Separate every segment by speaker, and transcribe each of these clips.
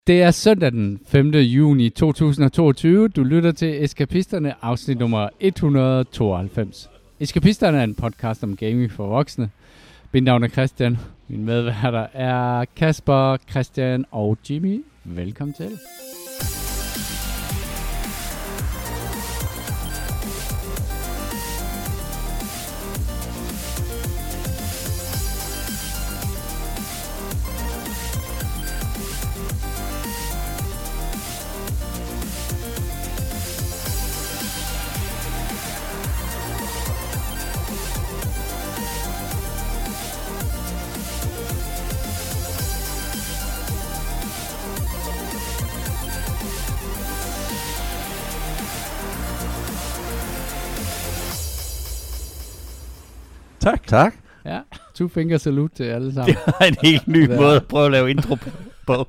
Speaker 1: Det er søndag den 5. juni 2022. Du lytter til Eskapisterne, afsnit nummer 192. Eskapisterne er en podcast om gaming for voksne. Mit navn er Christian. Mine medværter er Kasper, Christian og Jimmy. Velkommen til.
Speaker 2: Tak.
Speaker 1: Ja, 2 finger salute til alle sammen.
Speaker 2: Det er en helt ny måde at prøve at lave intro på.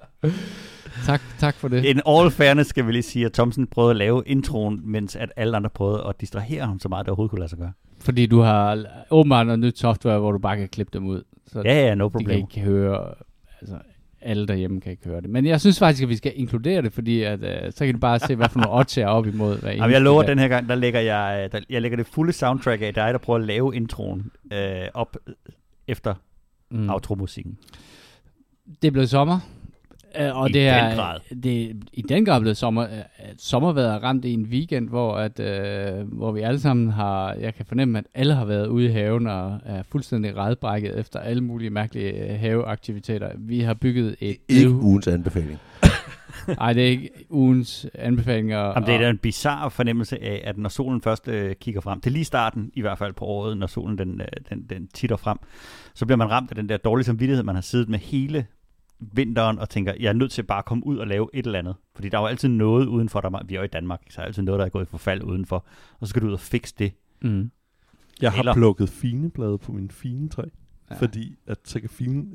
Speaker 1: Tak for det.
Speaker 2: In all fairness skal vi lige sige, at Thomsen prøvede at lave introen, mens at alle andre prøvede at distrahere ham så meget, det overhovedet kunne lade sig gøre.
Speaker 1: Fordi du har åbenbart noget nyt software, hvor du bare kan klippe dem ud. Så
Speaker 2: ja, no
Speaker 1: de
Speaker 2: problem.
Speaker 1: kan ikke høre, altså alle derhjemme kan ikke høre det. Men jeg synes faktisk, at vi skal inkludere det, fordi at, så kan du bare se, hvad for nogle odds jeg er op imod.
Speaker 2: Jamen, jeg lover, den her gang, der lægger jeg lægger det fulde soundtrack af dig, der prøver at lave introen op efter outro-musikken.
Speaker 1: Det er blevet sommer. Og
Speaker 2: I
Speaker 1: det
Speaker 2: den
Speaker 1: er
Speaker 2: grad.
Speaker 1: Det i den grad blevet sommer. Sommervejret er ramt i en weekend, hvor vi alle sammen har, jeg kan fornemme, at alle har været ude i haven og er fuldstændig rædbrækket efter alle mulige mærkelige haveaktiviteter. Vi har bygget et...
Speaker 3: Ikke ugens anbefaling.
Speaker 1: Nej, det er ikke ugens anbefalinger.
Speaker 2: Jamen, det er en bizarre fornemmelse af, at når solen først kigger frem, til lige starten i hvert fald på året, når solen den titter frem, så bliver man ramt af den der dårlige samvittighed, man har siddet med hele vinteren og tænker, jeg er nødt til bare at komme ud og lave et eller andet. Fordi der er jo altid noget udenfor, vi er jo i Danmark, så er altid noget, der er gået i forfald udenfor, og så skal du ud og fikse det.
Speaker 3: Mm. Jeg har plukket fineblade på min finetræ, fordi at så kan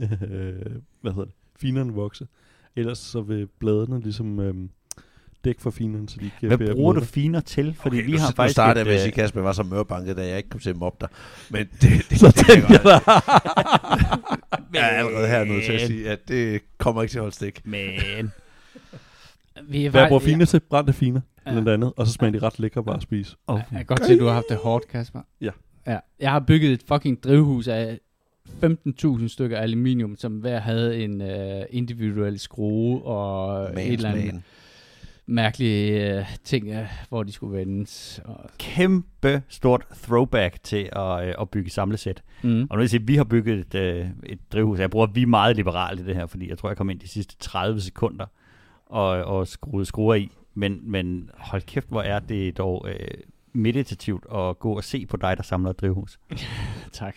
Speaker 3: finerne vokse. Ellers så vil bladene ligesom dække for finerne, så de kan...
Speaker 2: Hvad bruger du finer til? Fordi vi har faktisk...
Speaker 3: Nu starter jeg med at sige, Kasper var så mørbanket, da jeg ikke kom til at mobbe dig. Men det så tænker jeg godt. Jeg er allerede her nødt til at sige, at det kommer ikke til at holde stik.
Speaker 2: Men...
Speaker 3: Hvad bruger finer til? Brændte finer, blandt andet. Og så smager de ret lækre bare at spise.
Speaker 1: Jeg kan godt se, at du har haft det hårdt, Kasper.
Speaker 3: Ja.
Speaker 1: Jeg har bygget et fucking drivhus af 15.000 stykker aluminium, som hver havde en individuel skrue og et eller andet mærkelige ting, hvor de skulle vendes.
Speaker 2: Kæmpe stort throwback til at bygge samlesæt. Og nu vil jeg sige, at vi har bygget et drivhus. Jeg bruger vi meget liberalt i det her, fordi jeg tror, jeg kom ind de sidste 30 sekunder og skruer i. Men hold kæft, hvor er det dog meditativt at gå og se på dig, der samler et drivhus.
Speaker 1: Tak.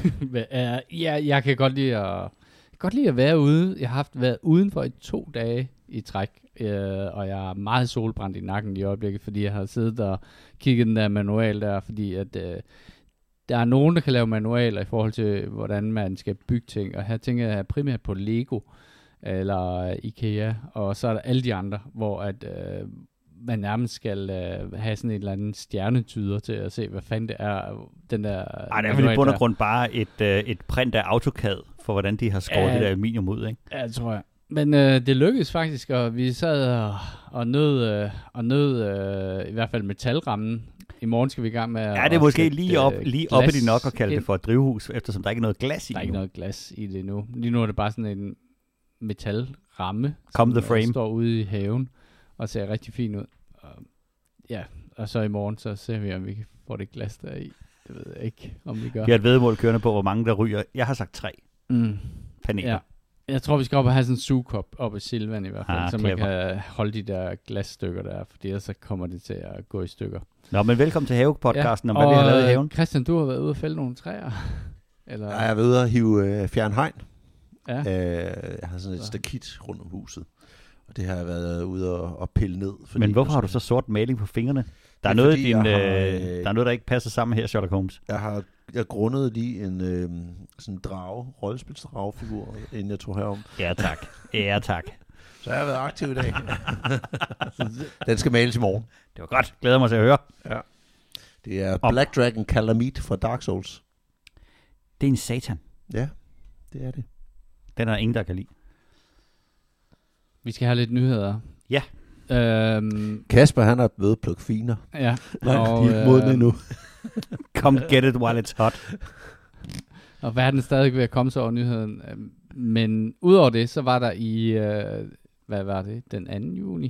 Speaker 1: Jeg kan godt lide at være ude. Jeg har været udenfor i 2 dage i træk, og jeg er meget solbrændt i nakken i øjeblikket, fordi jeg har siddet og kigget den der manual der, fordi at der er nogen, der kan lave manualer i forhold til, hvordan man skal bygge ting, og her tænker jeg primært på Lego eller IKEA, og så er der alle de andre, hvor at man nærmest skal have sådan en eller anden stjernetyder til at se, hvad fanden det er, den der...
Speaker 2: Ej, det er vel i bund og grund bare et print af AutoCAD, for hvordan de har skåret det der aluminium ud, ikke?
Speaker 1: Ja, det tror jeg. Men det lykkedes faktisk, og vi sad og nød i hvert fald metalrammen. I morgen skal vi i gang med
Speaker 2: det er måske lige op i de nok at kalde det for et drivhus, eftersom der ikke er noget glas i.
Speaker 1: Der er ikke noget glas i det nu. Lige nu er det bare sådan en metalramme,
Speaker 2: som
Speaker 1: står ude i haven og ser rigtig fin ud. Og så i morgen, så ser vi, om vi får det glas der i. Det ved jeg ikke, om vi gør.
Speaker 2: Vi har et væddemål kørende på, hvor mange der ryger. Jeg har sagt 3 paneler. Ja.
Speaker 1: Jeg tror, vi skal op og have sådan en sugekop op i Silvan i hvert fald, så man kan holde de der glasstykker der, fordi ellers så kommer det til at gå i stykker.
Speaker 2: Nå, men velkommen til havepodcasten, om hvad vi har lavet i haven.
Speaker 1: Christian, du har været ude og fælde nogle træer.
Speaker 3: Eller? Jeg har været ude og hive fjernhegn.
Speaker 1: Ja.
Speaker 3: Jeg har sådan et stakit rundt om huset, og det har jeg været ude og pille ned.
Speaker 2: Men hvorfor har du så sort maling på fingrene? Der er noget, der er noget, der ikke passer sammen her, Sherlock Holmes.
Speaker 3: Jeg grundede lige en sådan rollespilsdragefigur, inden jeg tog herom.
Speaker 2: Ja, tak. Ja, tak.
Speaker 3: Så jeg har været aktiv i dag. Den skal males i morgen.
Speaker 2: Det var godt. Glæder mig til at høre.
Speaker 3: Ja. Det er Black Dragon Calamite fra Dark Souls.
Speaker 2: Det er en satan.
Speaker 3: Ja, det er det.
Speaker 2: Den er ingen, der kan lide.
Speaker 1: Vi skal have lidt nyheder.
Speaker 2: Ja.
Speaker 3: Kasper, han er ved at plukke finer.
Speaker 1: Ja.
Speaker 4: Nej, de er ikke modne endnu.
Speaker 2: Come get it while it's hot.
Speaker 1: Og verden er stadig ved at komme sig over nyheden. Men udover det, så var der i, hvad var det, den 2. juni,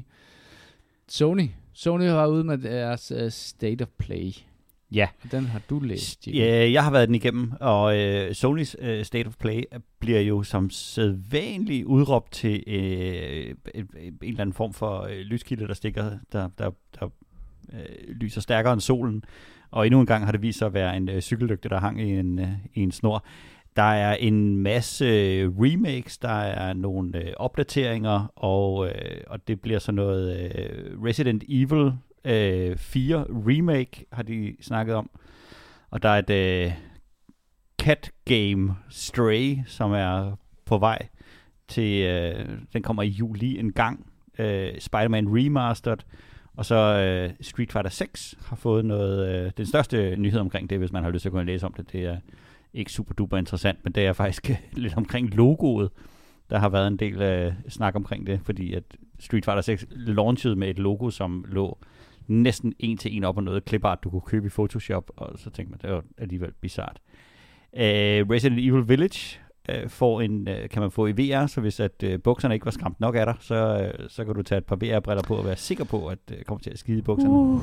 Speaker 1: Sony var ude med deres State of Play.
Speaker 2: Ja.
Speaker 1: Den har du læst, Jimmy.
Speaker 2: Ja, jeg har været den igennem, og Sonys State of Play bliver jo som sædvanligt udråbt til en eller anden form for lyskilde, der stikker, der lyser stærkere end solen. Og endnu en gang har det vist sig at være en cykellygte, der hang i en snor. Der er en masse remakes, der er nogle opdateringer, og det bliver så noget Resident Evil 4 remake, har de snakket om. Og der er et cat game Stray, som er på vej til, den kommer i juli en gang. Spider-Man Remastered. Og så Street Fighter 6 har fået noget, den største nyhed omkring det, hvis man har lyst til at gå og læse om det. Det er ikke super duper interessant, men det er faktisk lidt omkring logoet. Der har været en del snak omkring det, fordi at Street Fighter 6 launchede med et logo, som lå næsten en til en op og noget clipart, du kunne købe i Photoshop, og så tænkte man, det var alligevel bizart. Resident Evil Village kan man få i VR, så hvis at bukserne ikke var skræmt nok af dig, så kan du tage et par VR-briller på og være sikker på, at det kommer til at skide i bukserne.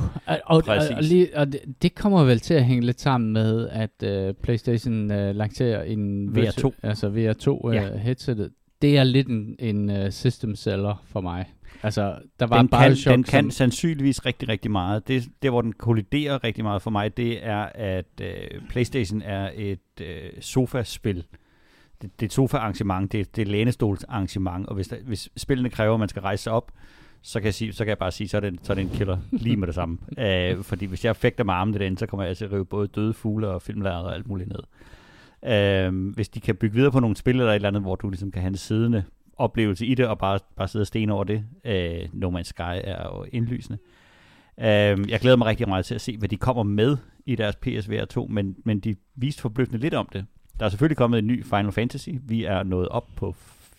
Speaker 1: Og det kommer vel til at hænge lidt sammen med, at PlayStation lancerer en
Speaker 2: VR2,
Speaker 1: altså VR2 headsetet. Det er lidt en system seller for mig. Altså, der var
Speaker 2: den kan sandsynligvis rigtig, rigtig meget. Det, hvor den kolliderer rigtig meget for mig, det er, at PlayStation er et sofaspil. Det er et sofa-arrangement, det er et lænestolsarrangement, og hvis spillene kræver, at man skal rejse sig op, så kan jeg bare sige, så er det en killer lige med det samme. Fordi hvis jeg fægter med armen derinde, så kommer jeg til at rive både døde fugle og filmlærere og alt muligt ned. Hvis de kan bygge videre på nogle spil eller et eller andet, hvor du ligesom kan have en siddende oplevelse i det, og bare sidde og stene over det. No Man's Sky er jo indlysende. Jeg glæder mig rigtig meget til at se, hvad de kommer med i deres PSVR 2, men de viste forbløffende lidt om det. Der er selvfølgelig kommet en ny Final Fantasy. Vi er nået op på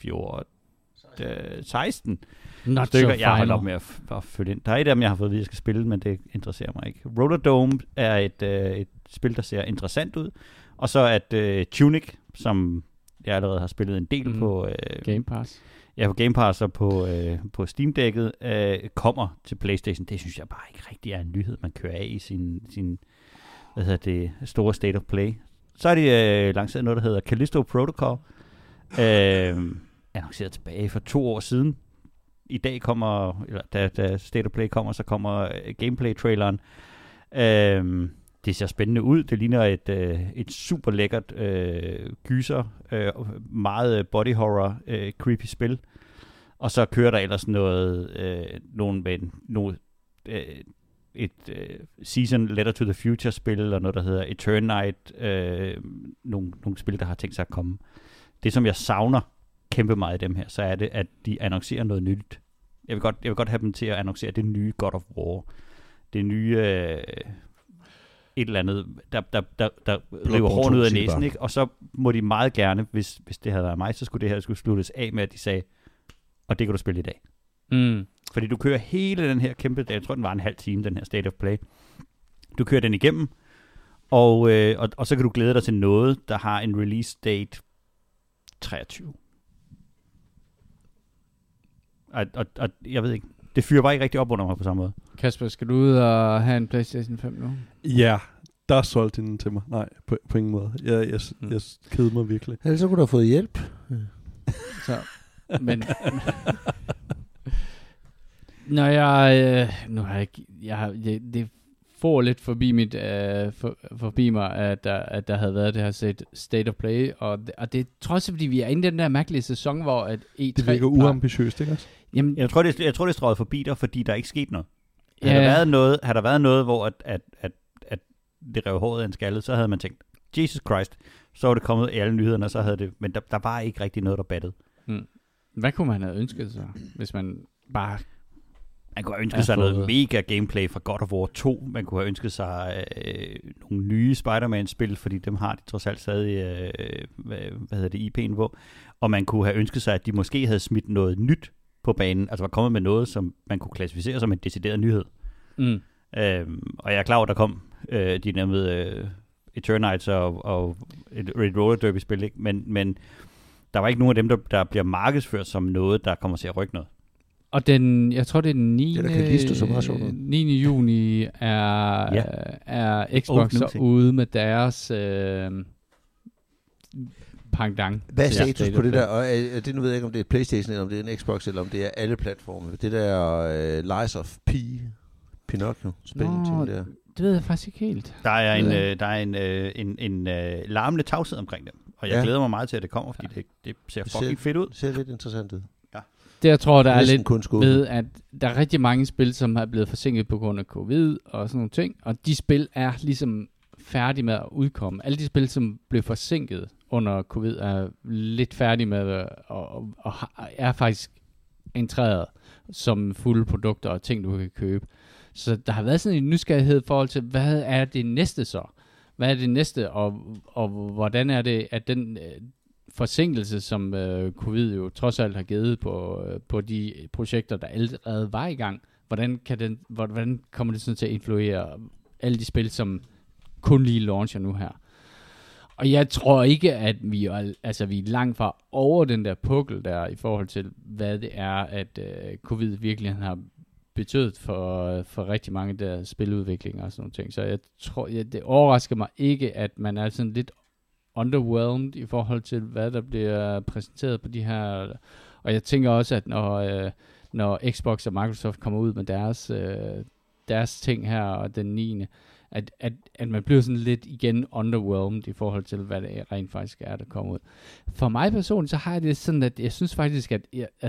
Speaker 2: 16 stykker. Jeg har holdt op med at følge ind. Der er et af dem, jeg har fået at vide, at jeg skal spille, men det interesserer mig ikke. Rotodome er et spil, der ser interessant ud. Og så at Tunic, som jeg allerede har spillet en del på
Speaker 1: Game Pass.
Speaker 2: Ja, på Game Pass og på Steam-dækket kommer til PlayStation. Det synes jeg bare ikke rigtig er en nyhed, man kører af i sin store State of Play. Så er de lanceret noget, der hedder Callisto Protocol. Annonceret tilbage for 2 år siden. I dag kommer, eller da State of Play kommer, så kommer gameplay-traileren. Det ser spændende ud. Det ligner et super lækkert gyser, meget body horror, creepy spil. Og så kører der ellers et Season Letter to the Future spil, og noget, der hedder Eternite. Nogle spil, der har tænkt sig at komme. Det, som jeg savner kæmpe meget i dem her, så er det, at de annoncerer noget nyt. Jeg vil godt have dem til at annoncere det nye God of War. Det nye et eller andet, der river hårdt ud af næsen, ikke? Og så må de meget gerne, hvis det havde været mig, så skulle det her sluttes af med, at de sagde, og det kan du spille i dag. Fordi du kører hele den her kæmpe, jeg tror den var en halv time, den her State of Play. Du kører den igennem, og så kan du glæde dig til noget, der har en release date 23. Og jeg ved ikke, det fyrer bare ikke rigtig op under mig på samme måde.
Speaker 1: Kasper, skal du ud og have en PlayStation 5 nu?
Speaker 4: Ja, der solgte den til mig. Nej, på ingen måde. Jeg keder mig virkelig.
Speaker 3: Ellers så kunne du have fået hjælp.
Speaker 1: Så, men når jeg nu har det får lidt forbi forbi mig, at der havde været det her State of Play, og det er trods fordi vi er inde i den der mærkelige sæson, hvor at E3
Speaker 4: det virker uambitiøst, ikke også?
Speaker 2: Jamen, jeg tror det er strøget forbi dig, fordi der ikke skete noget.
Speaker 1: Ja.
Speaker 2: Har der været noget, hvor at det rev håret af en skalle, så havde man tænkt, Jesus Christ, så var det kommet i alle nyhederne, så havde det, men der var ikke rigtig noget, der battede.
Speaker 1: Hvad kunne man have ønsket sig, hvis man bare...
Speaker 2: Man kunne have ønsket sig noget mega gameplay fra God of War 2. Man kunne have ønsket sig nogle nye Spider-Man-spil, fordi dem har de trods alt stadig, IP'en på. Og man kunne have ønsket sig, at de måske havde smidt noget nyt på banen. Altså var kommet med noget, som man kunne klassificere som en decideret nyhed.
Speaker 1: Mm.
Speaker 2: Og jeg er klar over, at der kom de nævnte Eternites og et Red Roller Derby-spil, ikke? Men der var ikke nogen af dem, der bliver markedsført som noget, der kommer til at rykke noget.
Speaker 1: Og jeg tror det er den 9.
Speaker 3: Det
Speaker 1: 9. juni er Xbox så ude med deres pendant.
Speaker 3: Hvad er status på det der? Og det, nu ved jeg ikke, om det er PlayStation, eller om det er en Xbox, eller om det er alle platforme. Det der Lies of P, Pinocchio, spændende ting der.
Speaker 1: Det ved jeg faktisk ikke helt.
Speaker 2: Der er en larmende tavshed omkring dem. Og jeg glæder mig meget til, at det kommer, fordi det ser fucking fedt ud.
Speaker 3: Det ser lidt interessant ud.
Speaker 2: Ja.
Speaker 1: Det jeg tror, der er lidt ved, at der er rigtig mange spil, som er blevet forsinket på grund af covid og sådan nogle ting. Og de spil er ligesom færdige med at udkomme. Alle de spil, som blev forsinket under covid, er lidt færdige med og er faktisk entreret som fulde produkter og ting, du kan købe. Så der har været sådan en nysgerrighed i forhold til, hvad er det næste så? Hvad er det næste, og hvordan er det, at den forsinkelse, som covid jo trods alt har givet på de projekter, der allerede var i gang, hvordan kommer det sådan til at influere alle de spil, som kun lige launcher nu her? Og jeg tror ikke, at vi er langt fra over den der pukkel der, i forhold til, hvad det er, at covid virkelig har betydet for rigtig mange der spiludviklinger og sådan nogle ting. Så jeg tror, det overrasker mig ikke, at man er sådan lidt underwhelmed i forhold til, hvad der bliver præsenteret på de her. Og jeg tænker også, at når Xbox og Microsoft kommer ud med deres ting her og den 9., at man bliver sådan lidt igen underwhelmed i forhold til, hvad det rent faktisk er, der kommer ud. For mig personligt, så har jeg det sådan, at jeg synes faktisk, at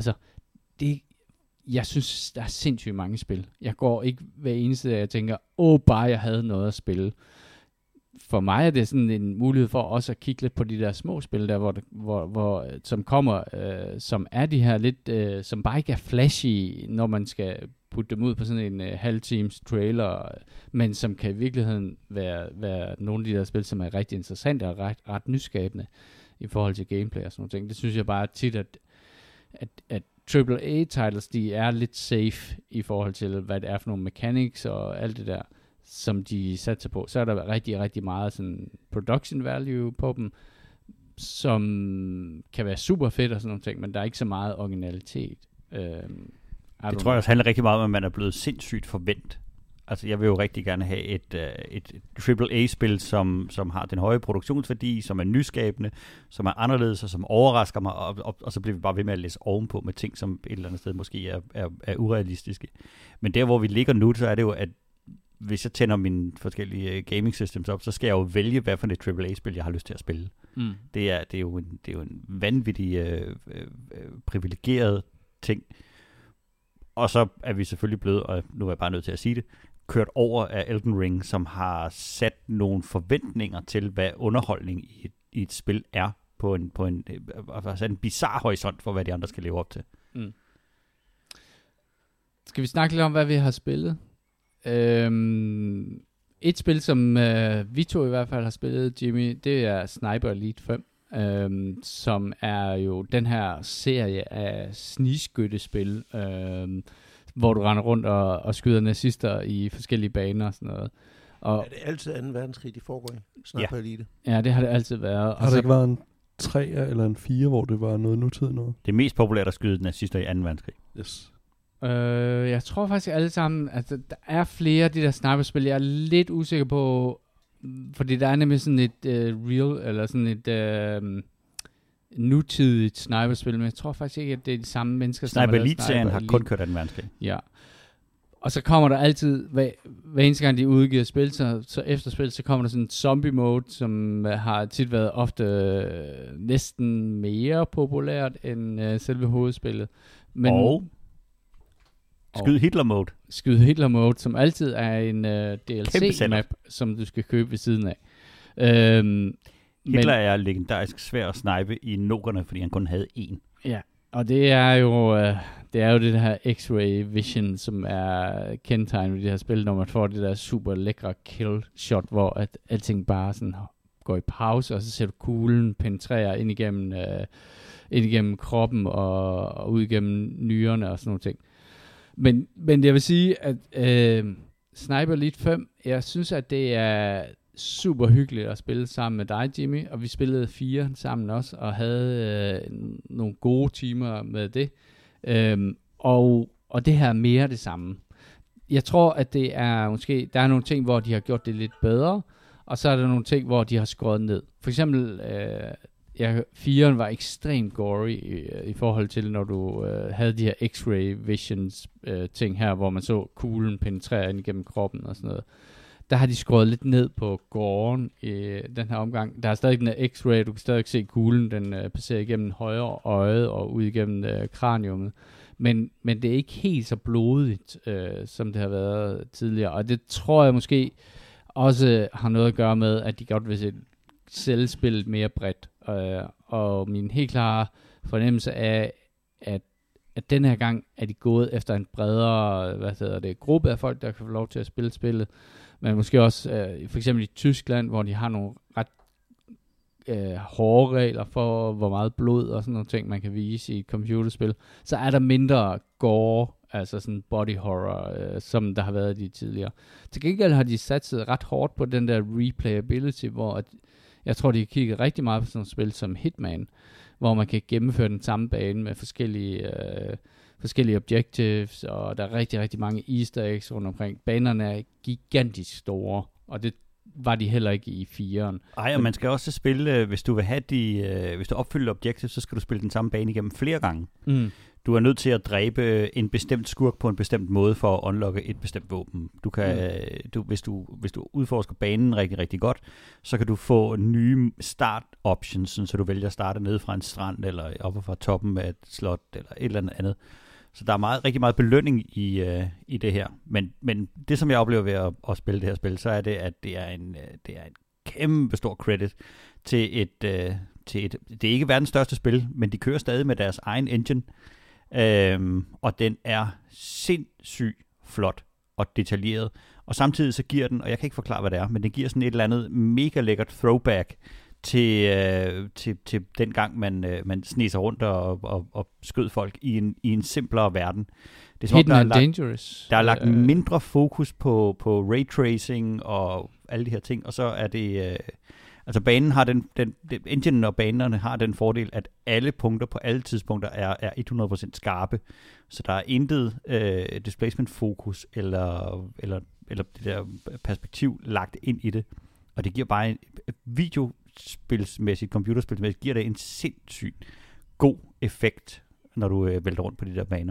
Speaker 1: jeg synes, der er sindssygt mange spil. Jeg går ikke hver eneste dag, jeg tænker, bare jeg havde noget at spille. For mig er det sådan en mulighed for også at kigge lidt på de der små spil der, hvor som kommer, som er de her lidt, som bare ikke er flashy, når man skal putte dem ud på sådan en halv times trailer, men som kan i virkeligheden være nogle af de der spil, som er rigtig interessante og ret nyskabende i forhold til gameplay og sådan noget ting. Det synes jeg bare tit, at AAA-titles, de er lidt safe i forhold til, hvad det er for nogle mechanics og alt det der, som de satser på. Så er der rigtig, rigtig meget sådan production value på dem, som kan være super fedt og sådan nogle ting, men der er ikke så meget originalitet.
Speaker 2: Det tror jeg også handler rigtig meget om, at man er blevet sindssygt forvent. Altså, jeg vil jo rigtig gerne have et AAA-spil, som har den høje produktionsværdi, som er nyskabende, som er anderledes, og som overrasker mig, og så bliver vi bare ved med at læse ovenpå med ting, som et eller andet sted måske er urealistiske. Men der, hvor vi ligger nu, så er det jo, at hvis jeg tænder mine forskellige gaming systems op, så skal jeg jo vælge, hvad for et AAA-spil, jeg har lyst til at spille. Mm. Det er jo en vanvittig privilegeret ting. Og så er vi selvfølgelig blevet, og nu er jeg bare nødt til at sige det, kørt over af Elden Ring, som har sat nogle forventninger til, hvad underholdning i et spil er på en bizarre horisont for, hvad de andre skal leve op til. Mm.
Speaker 1: Skal vi snakke lidt om, hvad vi har spillet? Et spil, som vi to i hvert fald har spillet, Jimmy, det er Sniper Elite 5. Som er jo den her serie af snigskyttespil, hvor du render rundt og skyder nazister i forskellige baner og sådan noget. Og
Speaker 3: er det altid 2. verdenskrig, de foregår i? Sniper Elite?
Speaker 1: Ja, det har det altid været.
Speaker 4: Har der ikke været en 3 eller en 4, hvor det var noget nutid noget?
Speaker 2: Det er mest populært at skyde nazister i 2. verdenskrig.
Speaker 4: Yes.
Speaker 1: Jeg tror faktisk alle sammen, altså der er flere af de der sniperspil, jeg er lidt usikker på, fordi der er nemlig sådan et real, eller sådan et nutidigt sniperspil, men jeg tror faktisk ikke, at det er de samme mennesker,
Speaker 2: Sniper Elite-serien har kun kørt 2. verdenskrig.
Speaker 1: Ja. Og så kommer der altid, hver eneste gang de udgiver spil, så efter spil, så kommer der sådan en zombie mode, som har tit været ofte næsten mere populært end selve hovedspillet. Men
Speaker 2: Skyd Hitler mode.
Speaker 1: Skyd Hitler mode, som altid er en DLC-map, som du skal købe ved siden af.
Speaker 2: Hitler er legendarisk svær at snipe i nukkerne, fordi han kun havde 1.
Speaker 1: Ja, og det er jo det her X-ray vision, som er kendetegnet ved det her spil, når man får det der super lækre kill shot, hvor at alting bare sådan går i pause, og så ser du kuglen penetrere ind igennem ind igennem kroppen og ud igennem nyrerne og sådan nogle ting. Men jeg vil sige, at Sniper Elite 5, jeg synes, at det er super hyggeligt at spille sammen med dig, Jimmy, og vi spillede 4 sammen også, og havde nogle gode timer med det. Og det her er mere det samme. Jeg tror, at det er måske, der er nogle ting, hvor de har gjort det lidt bedre, og så er der nogle ting, hvor de har skåret ned. For eksempel, 4'eren var ekstremt gory i forhold til, når du havde de her X-ray visions ting her, hvor man så kuglen penetrere ind igennem kroppen og sådan noget. Der har de skåret lidt ned på goren i den her omgang. Der er stadig den her X-ray, du kan stadig se kuglen, den passerer igennem højre øjet og ud igennem kraniummet. Men det er ikke helt så blodigt, som det har været tidligere. Og det tror jeg måske også har noget at gøre med, at de godt vil sælge spillet mere bredt. Og min helt klare fornemmelse er, at den her gang er de gået efter en bredere gruppe af folk, der kan få lov til at spille spillet. Men måske også for eksempel i Tyskland, hvor de har nogle ret hårde regler for, hvor meget blod og sådan nogle ting, man kan vise i et computerspil, så er der mindre gore, altså sådan body horror, som der har været de tidligere. Til gengæld har de satset ret hårdt på den der replayability, hvor jeg tror, de har kigget rigtig meget på sådan et spil som Hitman, hvor man kan gennemføre den samme bane med forskellige objectives, og der er rigtig, rigtig mange easter eggs rundt omkring. Banerne er gigantisk store, og det var de heller ikke i 4'eren.
Speaker 2: Ej, og man skal også spille, hvis du vil have hvis du opfylder objectives, så skal du spille den samme bane igennem flere gange. Mm. Du er nødt til at dræbe en bestemt skurk på en bestemt måde for at unlocke et bestemt våben. Du kan, hvis du udforsker banen rigtig, rigtig godt, så kan du få nye start options, så du vælger at starte nede fra en strand, eller oppe fra toppen af et slot, eller et eller andet. Så der er rigtig meget belønning i det her. Men det, som jeg oplever ved at spille det her spil, så er det, at det er en kæmpe stor credit til et... Det er ikke verdens største spil, men de kører stadig med deres egen engine. Og den er sindssygt flot og detaljeret. Og samtidig så giver den, og jeg kan ikke forklare, hvad det er, men den giver sådan et eller andet mega lækkert throwback til den gang, man sneser rundt og skød folk i en simplere verden. Det er som,
Speaker 1: Hidden and Dangerous.
Speaker 2: Der er lagt mindre fokus på raytracing og alle de her ting, og så er det... Altså banen har enginen og banerne har den fordel, at alle punkter på alle tidspunkter er 100% skarpe. Så der er intet displacement fokus eller det der perspektiv lagt ind i det. Og det giver bare en videospilsmæssigt, computerspilsmæssigt, giver det en sindssygt god effekt, når du vælter rundt på de der baner.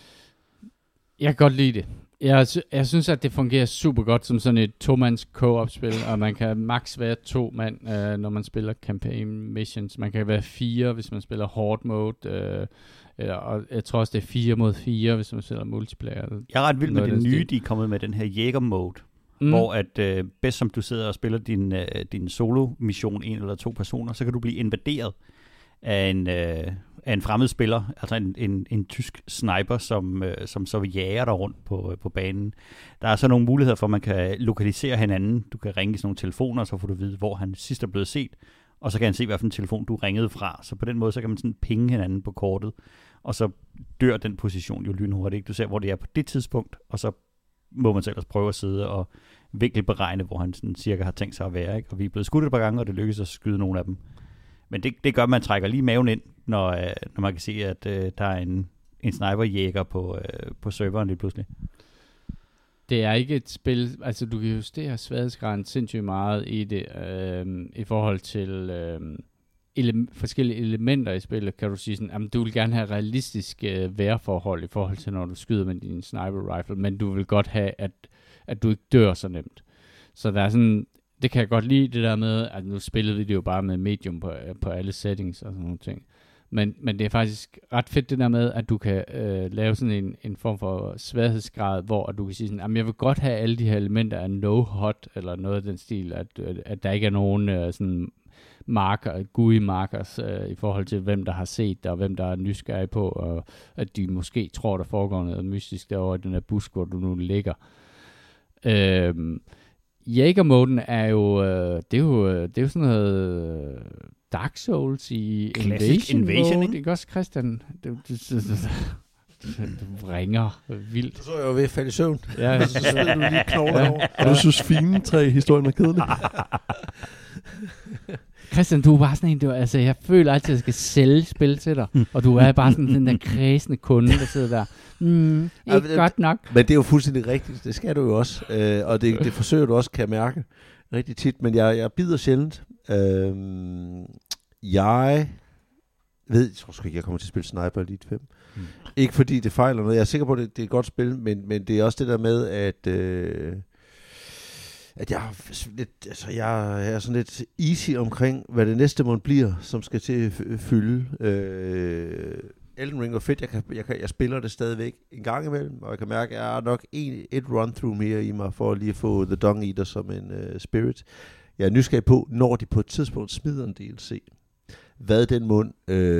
Speaker 1: Jeg kan godt lide det. Jeg synes, at det fungerer super godt som sådan et to-mands co-op-spil, og man kan max være 2 mand, når man spiller campaign missions. Man kan være 4, hvis man spiller hard mode, og jeg tror også, det er 4 mod 4, hvis man spiller multiplayer.
Speaker 2: Jeg er ret vild med det nye, de er kommet med den her jæger-mode, hvor at bedst som du sidder og spiller din solo-mission, 1 eller 2 personer, så kan du blive invaderet af en fremmed spiller, altså en tysk sniper, som så vil jage dig rundt på banen. Der er så nogle muligheder for, at man kan lokalisere hinanden. Du kan ringe i sådan nogle telefoner, så får du vide, hvor han sidst er blevet set, og så kan han se, hvilken telefon du ringede fra. Så på den måde, så kan man sådan pinge hinanden på kortet, og så dør den position jo lynhurtigt. Ikke? Du ser, hvor det er på det tidspunkt, og så må man så ellers prøve at sidde og vinkelberegne, hvor han sådan cirka har tænkt sig at være. Ikke? Og vi er blevet skudt et par gange, og det lykkes at skyde nogle af dem. Men det gør, at man trækker lige maven ind, når man kan se, at der er en sniperjæger på serveren lige pludselig.
Speaker 1: Det er ikke et spil, altså du kan justere sværhedsgraden sindssygt meget i det, i forhold til forskellige elementer i spillet, kan du sige sådan, at du vil gerne have realistiske vejrforhold i forhold til, når du skyder med din sniper rifle, men du vil godt have, at du ikke dør så nemt. Så der er sådan, det kan jeg godt lide, det der med, at nu spillede vi det jo bare med medium på alle settings og sådan nogle ting. Men det er faktisk ret fedt det der med, at du kan lave sådan en form for sværhedsgrad, hvor du kan sige sådan, jamen jeg vil godt have alle de her elementer af no-hot, eller noget af den stil, at der ikke er nogen sådan marker, GUI-markers i forhold til, hvem der har set det, og hvem der er nysgerrig på, og at de måske tror, der foregår noget mystisk derovre i den her busk, hvor du nu ligger. Jægermoden er jo, det er jo sådan noget, Dark Souls i
Speaker 2: Classic
Speaker 1: Invasion
Speaker 2: ikke?
Speaker 1: ikke også, Christian? Du ringer vildt.
Speaker 3: Så jeg jo ved at falde i søvn.
Speaker 1: Ja,
Speaker 3: Så sidder du lige knogler over.
Speaker 4: Og du synes fine 3 historien er kedelig?
Speaker 1: Christian, du er bare sådan en, altså jeg føler altid, at jeg skal sælge spil til dig, og du er bare sådan den der kredsende kunde, der sidder der. Ikke godt nok.
Speaker 3: Men det er jo fuldstændig rigtigt. Det skal du jo også. Og det forsøger du også, kan jeg mærke, rigtig tit. Men jeg bider sjældent. Jeg tror sgu ikke, jeg kommer til at spille Sniper Elite 5. Ikke fordi det fejler noget. Jeg er sikker på, at det er et godt spil, men det er også det der med, at jeg er sådan lidt easy omkring, hvad det næste måned bliver, som skal til at fylde. Elden Ring var fedt. Jeg spiller det stadigvæk en gang imellem, og jeg kan mærke, at jeg har nok et run-through mere i mig, for lige at få The Dung Eater som en spirit. Jeg er nysgerrig på, når de på et tidspunkt smider en DLC. Hvad den mund...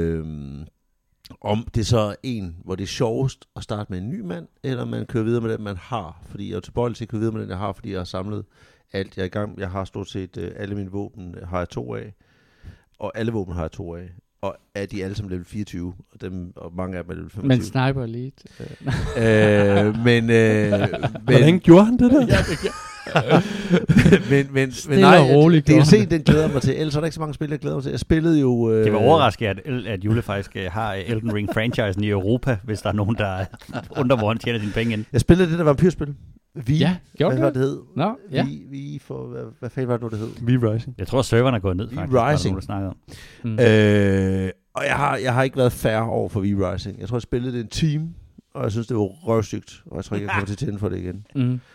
Speaker 3: om det så er en, hvor det er sjovest at starte med en ny mand, eller man kører videre med den, man har. Fordi jeg er tilbøjelig til at køre videre med den, jeg har, fordi jeg har samlet alt. Jeg er i gang. Jeg har stort set alle mine våben, har jeg 2 af. Og alle våben har jeg 2 af. Og er de alle sammen level 24, og mange af dem er level 25.
Speaker 1: Men Sniper Elite.
Speaker 3: Men
Speaker 4: hvordan gjorde han det der?
Speaker 3: Ja, det men
Speaker 1: roligt,
Speaker 3: DLC, den glæder mig til. Ellers er der ikke så mange spil, jeg glæder mig til. Jeg spillede jo...
Speaker 2: Det var overraskende, at Jule faktisk har Elden Ring-franchisen i Europa, hvis der er nogen, der undrer, hvor han tjener sine penge ind.
Speaker 3: Jeg spillede det der vampyrspil.
Speaker 1: Ja, gjorde
Speaker 3: hvad det hed?
Speaker 1: Nå, ja.
Speaker 3: Vi for... Hvad fanden var det nu, det hed?
Speaker 4: V-Rising.
Speaker 2: Jeg tror, serveren er gået ned, faktisk.
Speaker 3: V-Rising.
Speaker 2: Der snakker om.
Speaker 3: Og jeg har ikke været fair over for V-Rising. Jeg tror, jeg spillede det en time, og jeg synes, det var røvsygt. Og jeg tror ikke, jeg kommer til at tænde for det igen.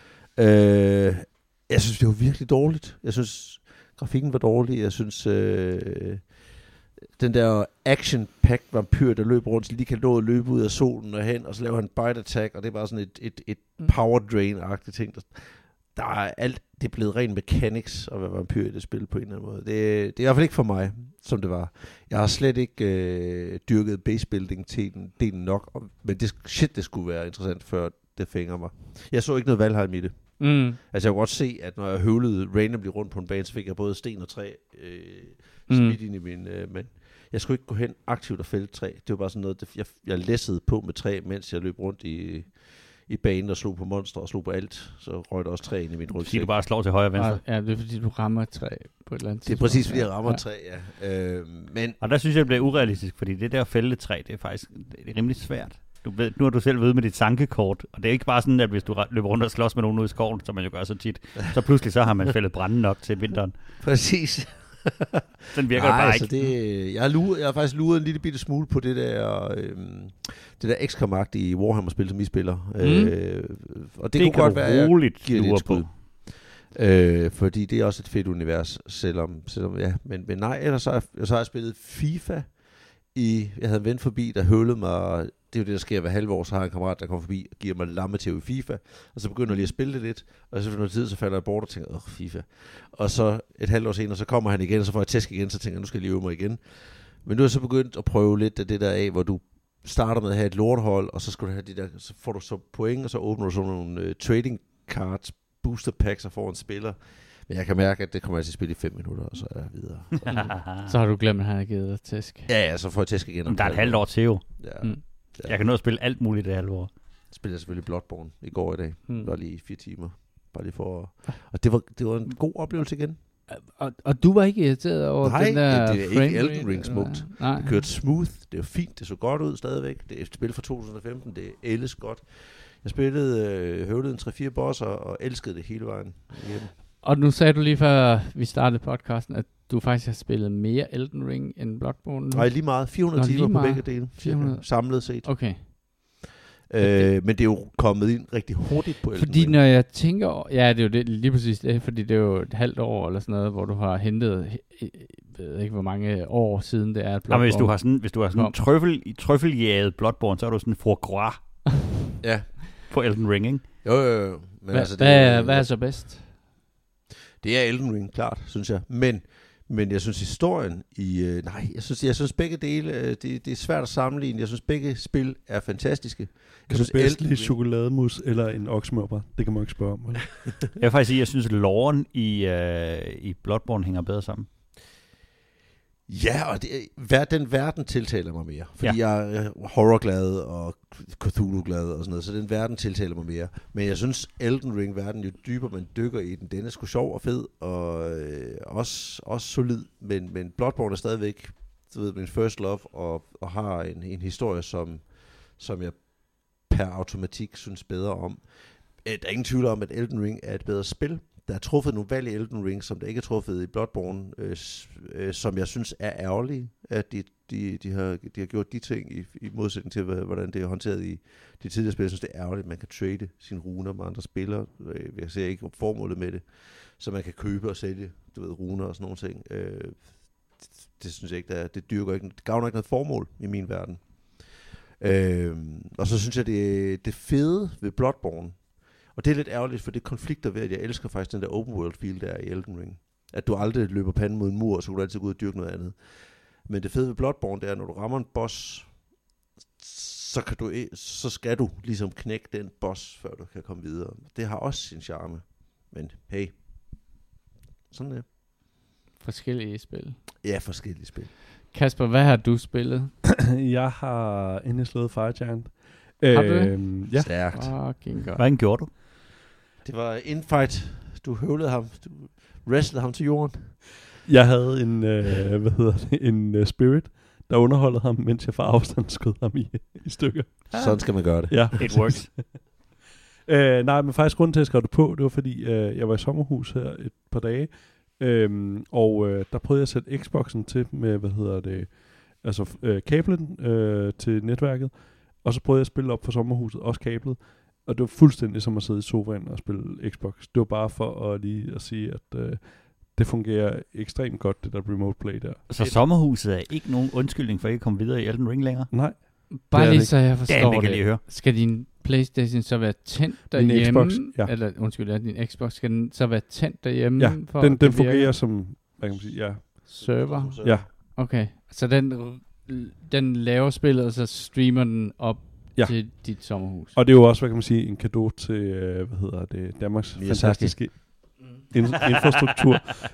Speaker 3: Jeg synes, det var virkelig dårligt. Jeg synes, grafikken var dårlig. Jeg synes, den der action-packed vampyr, der løber rundt, så lige kan nå at løbe ud af solen og hen, og så laver han bite attack, og det er bare sådan et power drain-agtigt ting. Der er alt, det er blevet ren mechanics at være vampyr i det spil på en eller anden måde. Det er i hvert fald ikke for mig, som det var. Jeg har slet ikke dyrket basebuilding-delen nok, men det skulle være interessant, før det fænger mig. Jeg så ikke noget Valheim i det. Altså jeg kunne godt se, at når jeg høvlede randomly rundt på en bane, så fik jeg både sten og træ smidt ind i min... men jeg skulle ikke gå hen aktivt og fælde træ. Det var bare sådan noget, jeg læssede på med træ, mens jeg løb rundt i banen og slog på monster og slog på alt. Så røg der også træ ind i min rygsæk.
Speaker 2: Fordi du bare slår til højre og venstre.
Speaker 1: Ja, det er fordi, du rammer et træ på et eller andet tidspunkt.
Speaker 3: Det er præcis, fordi jeg rammer træ, ja. Men...
Speaker 2: Og der synes jeg, det bliver urealistisk, fordi det der at fælde træ, det er faktisk rimelig svært. Nu har du selv ved med dit sankekort, og det er ikke bare sådan, at hvis du løber rundt og slås med nogen ude i skoven, som man jo gør så tit, så pludselig så har man fældet brænde nok til vinteren.
Speaker 3: Præcis.
Speaker 2: Den virker bare ikke.
Speaker 3: Det, jeg har faktisk luret en lille bitte smule på det der XCOM-agtige Warhammer-spil, som I spiller. Og det kunne godt være, at jeg giver det et skud. Fordi det er også et fedt univers, selvom ja, men nej, ellers så har jeg spillet FIFA. Jeg havde en ven forbi, der høvlede mig. Det er jo det, der sker hver halve år, så har jeg en kammerat, der kommer forbi og giver mig lammetæv i FIFA, og så begynder jeg lige at spille det lidt, og så for noget tid, så falder jeg bort og tænker, FIFA. Og så et halvt år senere, så kommer han igen, og så får jeg tæsk igen, så tænker jeg, nu skal jeg lige øve mig igen. Men nu er jeg så begyndt at prøve lidt af det der af, hvor du starter med at have et lorthold, og så skal du have de der, så får du så point, og så åbner du sådan nogle trading cards, booster packs, og får en spiller. Men jeg kan mærke, at det kommer jeg til at spille i 5 minutter, og så er jeg videre.
Speaker 1: Så har du glemt, at han har givet dig tæsk.
Speaker 3: Ja, så får jeg tæsk igen.
Speaker 2: Men der er et halvt år til jo.
Speaker 3: Ja.
Speaker 2: Ja. Jeg kan nå at spille alt muligt det halve år.
Speaker 3: Spiller jeg selvfølgelig Bloodborne i går i dag. Det var lige 4 timer. Bare lige for... Og det var en god oplevelse igen.
Speaker 1: Og du var ikke irriteret over den der...
Speaker 3: Nej, det er ikke Elden Ring smukt.
Speaker 1: Nej.
Speaker 3: Det kørte smooth. Det var fint. Det så godt ud stadigvæk. Det er et spil fra 2015. Det ældes godt. Jeg spillede høvlede en 3-4 bosser og elskede det hele vejen igen.
Speaker 1: Og nu sagde du lige før vi startede podcasten, at du faktisk har spillet mere Elden Ring end Bloodborne.
Speaker 3: Nej, lige meget. 400 timer på begge dele. 400. Samlet set.
Speaker 1: Okay.
Speaker 3: Men det er jo kommet ind rigtig hurtigt på Elden
Speaker 1: Fordi
Speaker 3: Ring.
Speaker 1: når jeg tænker... Ja, det er jo det, lige præcis det, fordi det er jo et halvt år eller sådan noget, hvor du har hentet... Jeg ved ikke, hvor mange år siden det er, at Bloodborne...
Speaker 2: Ja, hvis du har sådan en trøffeljaget Bloodborne, så er du sådan en foie gras.
Speaker 3: Ja.
Speaker 2: På Elden Ring, ikke?
Speaker 3: Jo. Men
Speaker 1: hvad er så bedst?
Speaker 3: Det er Elden Ring, klart, synes jeg. Men jeg synes historien i... jeg synes begge dele... Det er svært at sammenligne. Jeg synes begge spil er fantastiske.
Speaker 4: Kan du bedst lide chokolademus eller en oksmørbrad? Det kan man ikke spørge om. Eller?
Speaker 2: Jeg vil faktisk sige, at jeg synes, at loren i Bloodborne hænger bedre sammen.
Speaker 3: Ja, og den verden tiltaler mig mere. Fordi jeg er horrorglad og Cthulhu-glad og sådan noget, så den verden tiltaler mig mere. Men jeg synes, Elden Ring-verden, jo dybere man dykker i den er sgu sjov og fed, og også solid. Men Bloodborne er stadigvæk min first love, og har en historie, som jeg per automatik synes bedre om. Der er ingen tvivl om, at Elden Ring er et bedre spil. Der er truffet nogle valg i Elden Ring, som der ikke er truffet i Bloodborne, som jeg synes er ærgerlige, at de har gjort de ting i modsætning til, hvordan det er håndteret i de tidligere spil. Jeg synes, det er ærgerligt, at man kan trade sine runer med andre spillere. Jeg ser ikke formålet med det, så man kan købe og sælge, runer og sådan nogle ting. Det synes jeg ikke, det dyrker ikke. Det gavner ikke noget formål i min verden. Og så synes jeg, det fede ved Bloodborne, og det er lidt ærgerligt, for det konflikter ved, at jeg elsker faktisk den der open world feel der i Elden Ring. At du aldrig løber panden mod en mur, og så kan du altid gå ud og dyrke noget andet. Men det fede ved Bloodborne, det er, at når du rammer en boss, så skal du ligesom knække den boss, før du kan komme videre. Det har også sin charme. Men hey, sådan er det.
Speaker 1: Forskellige spil.
Speaker 3: Ja, forskellige spil.
Speaker 1: Kasper, hvad har du spillet?
Speaker 4: Jeg har endelig slået Fire Giant.
Speaker 1: Har du det?
Speaker 3: Ja. Stærkt.
Speaker 1: Fucking godt.
Speaker 2: Hvordan gjorde du?
Speaker 3: Det var infight. Du høvlede ham. Du wrestlede ham til jorden.
Speaker 4: Jeg havde en spirit, der underholdede ham, mens jeg fra afstand skød ham i stykker.
Speaker 3: Sådan skal man gøre det.
Speaker 4: Ja.
Speaker 2: It works.
Speaker 4: Nej, men faktisk grunden til, at jeg skrev det på, det var fordi, jeg var i sommerhus her et par dage, og der prøvede jeg at sætte Xboxen til med, kablen til netværket, og så prøvede jeg at spille op for sommerhuset, også kablet, og det var fuldstændig som at sidde i sofaen og spille Xbox. Det var bare for at sige, at det fungerer ekstremt godt, det der remote play der.
Speaker 2: Så sommerhuset er ikke nogen undskyldning for ikke at komme videre i Elden Ring længere?
Speaker 4: Nej.
Speaker 1: Bare lige så jeg forstår
Speaker 2: det. Lige høre.
Speaker 1: Skal din PlayStation så være tændt derhjemme?
Speaker 4: Xbox, ja.
Speaker 1: Eller undskyld, din Xbox, skal den så være tændt derhjemme?
Speaker 4: Ja,
Speaker 1: for
Speaker 4: den fungerer som, hvad kan man sige,
Speaker 1: server?
Speaker 4: Ja.
Speaker 1: Okay, så den laver spillet, og så streamer den op til dit sommerhus.
Speaker 4: Og det er jo også, hvad kan man sige, en cadeau til, Danmarks fantastiske infrastruktur.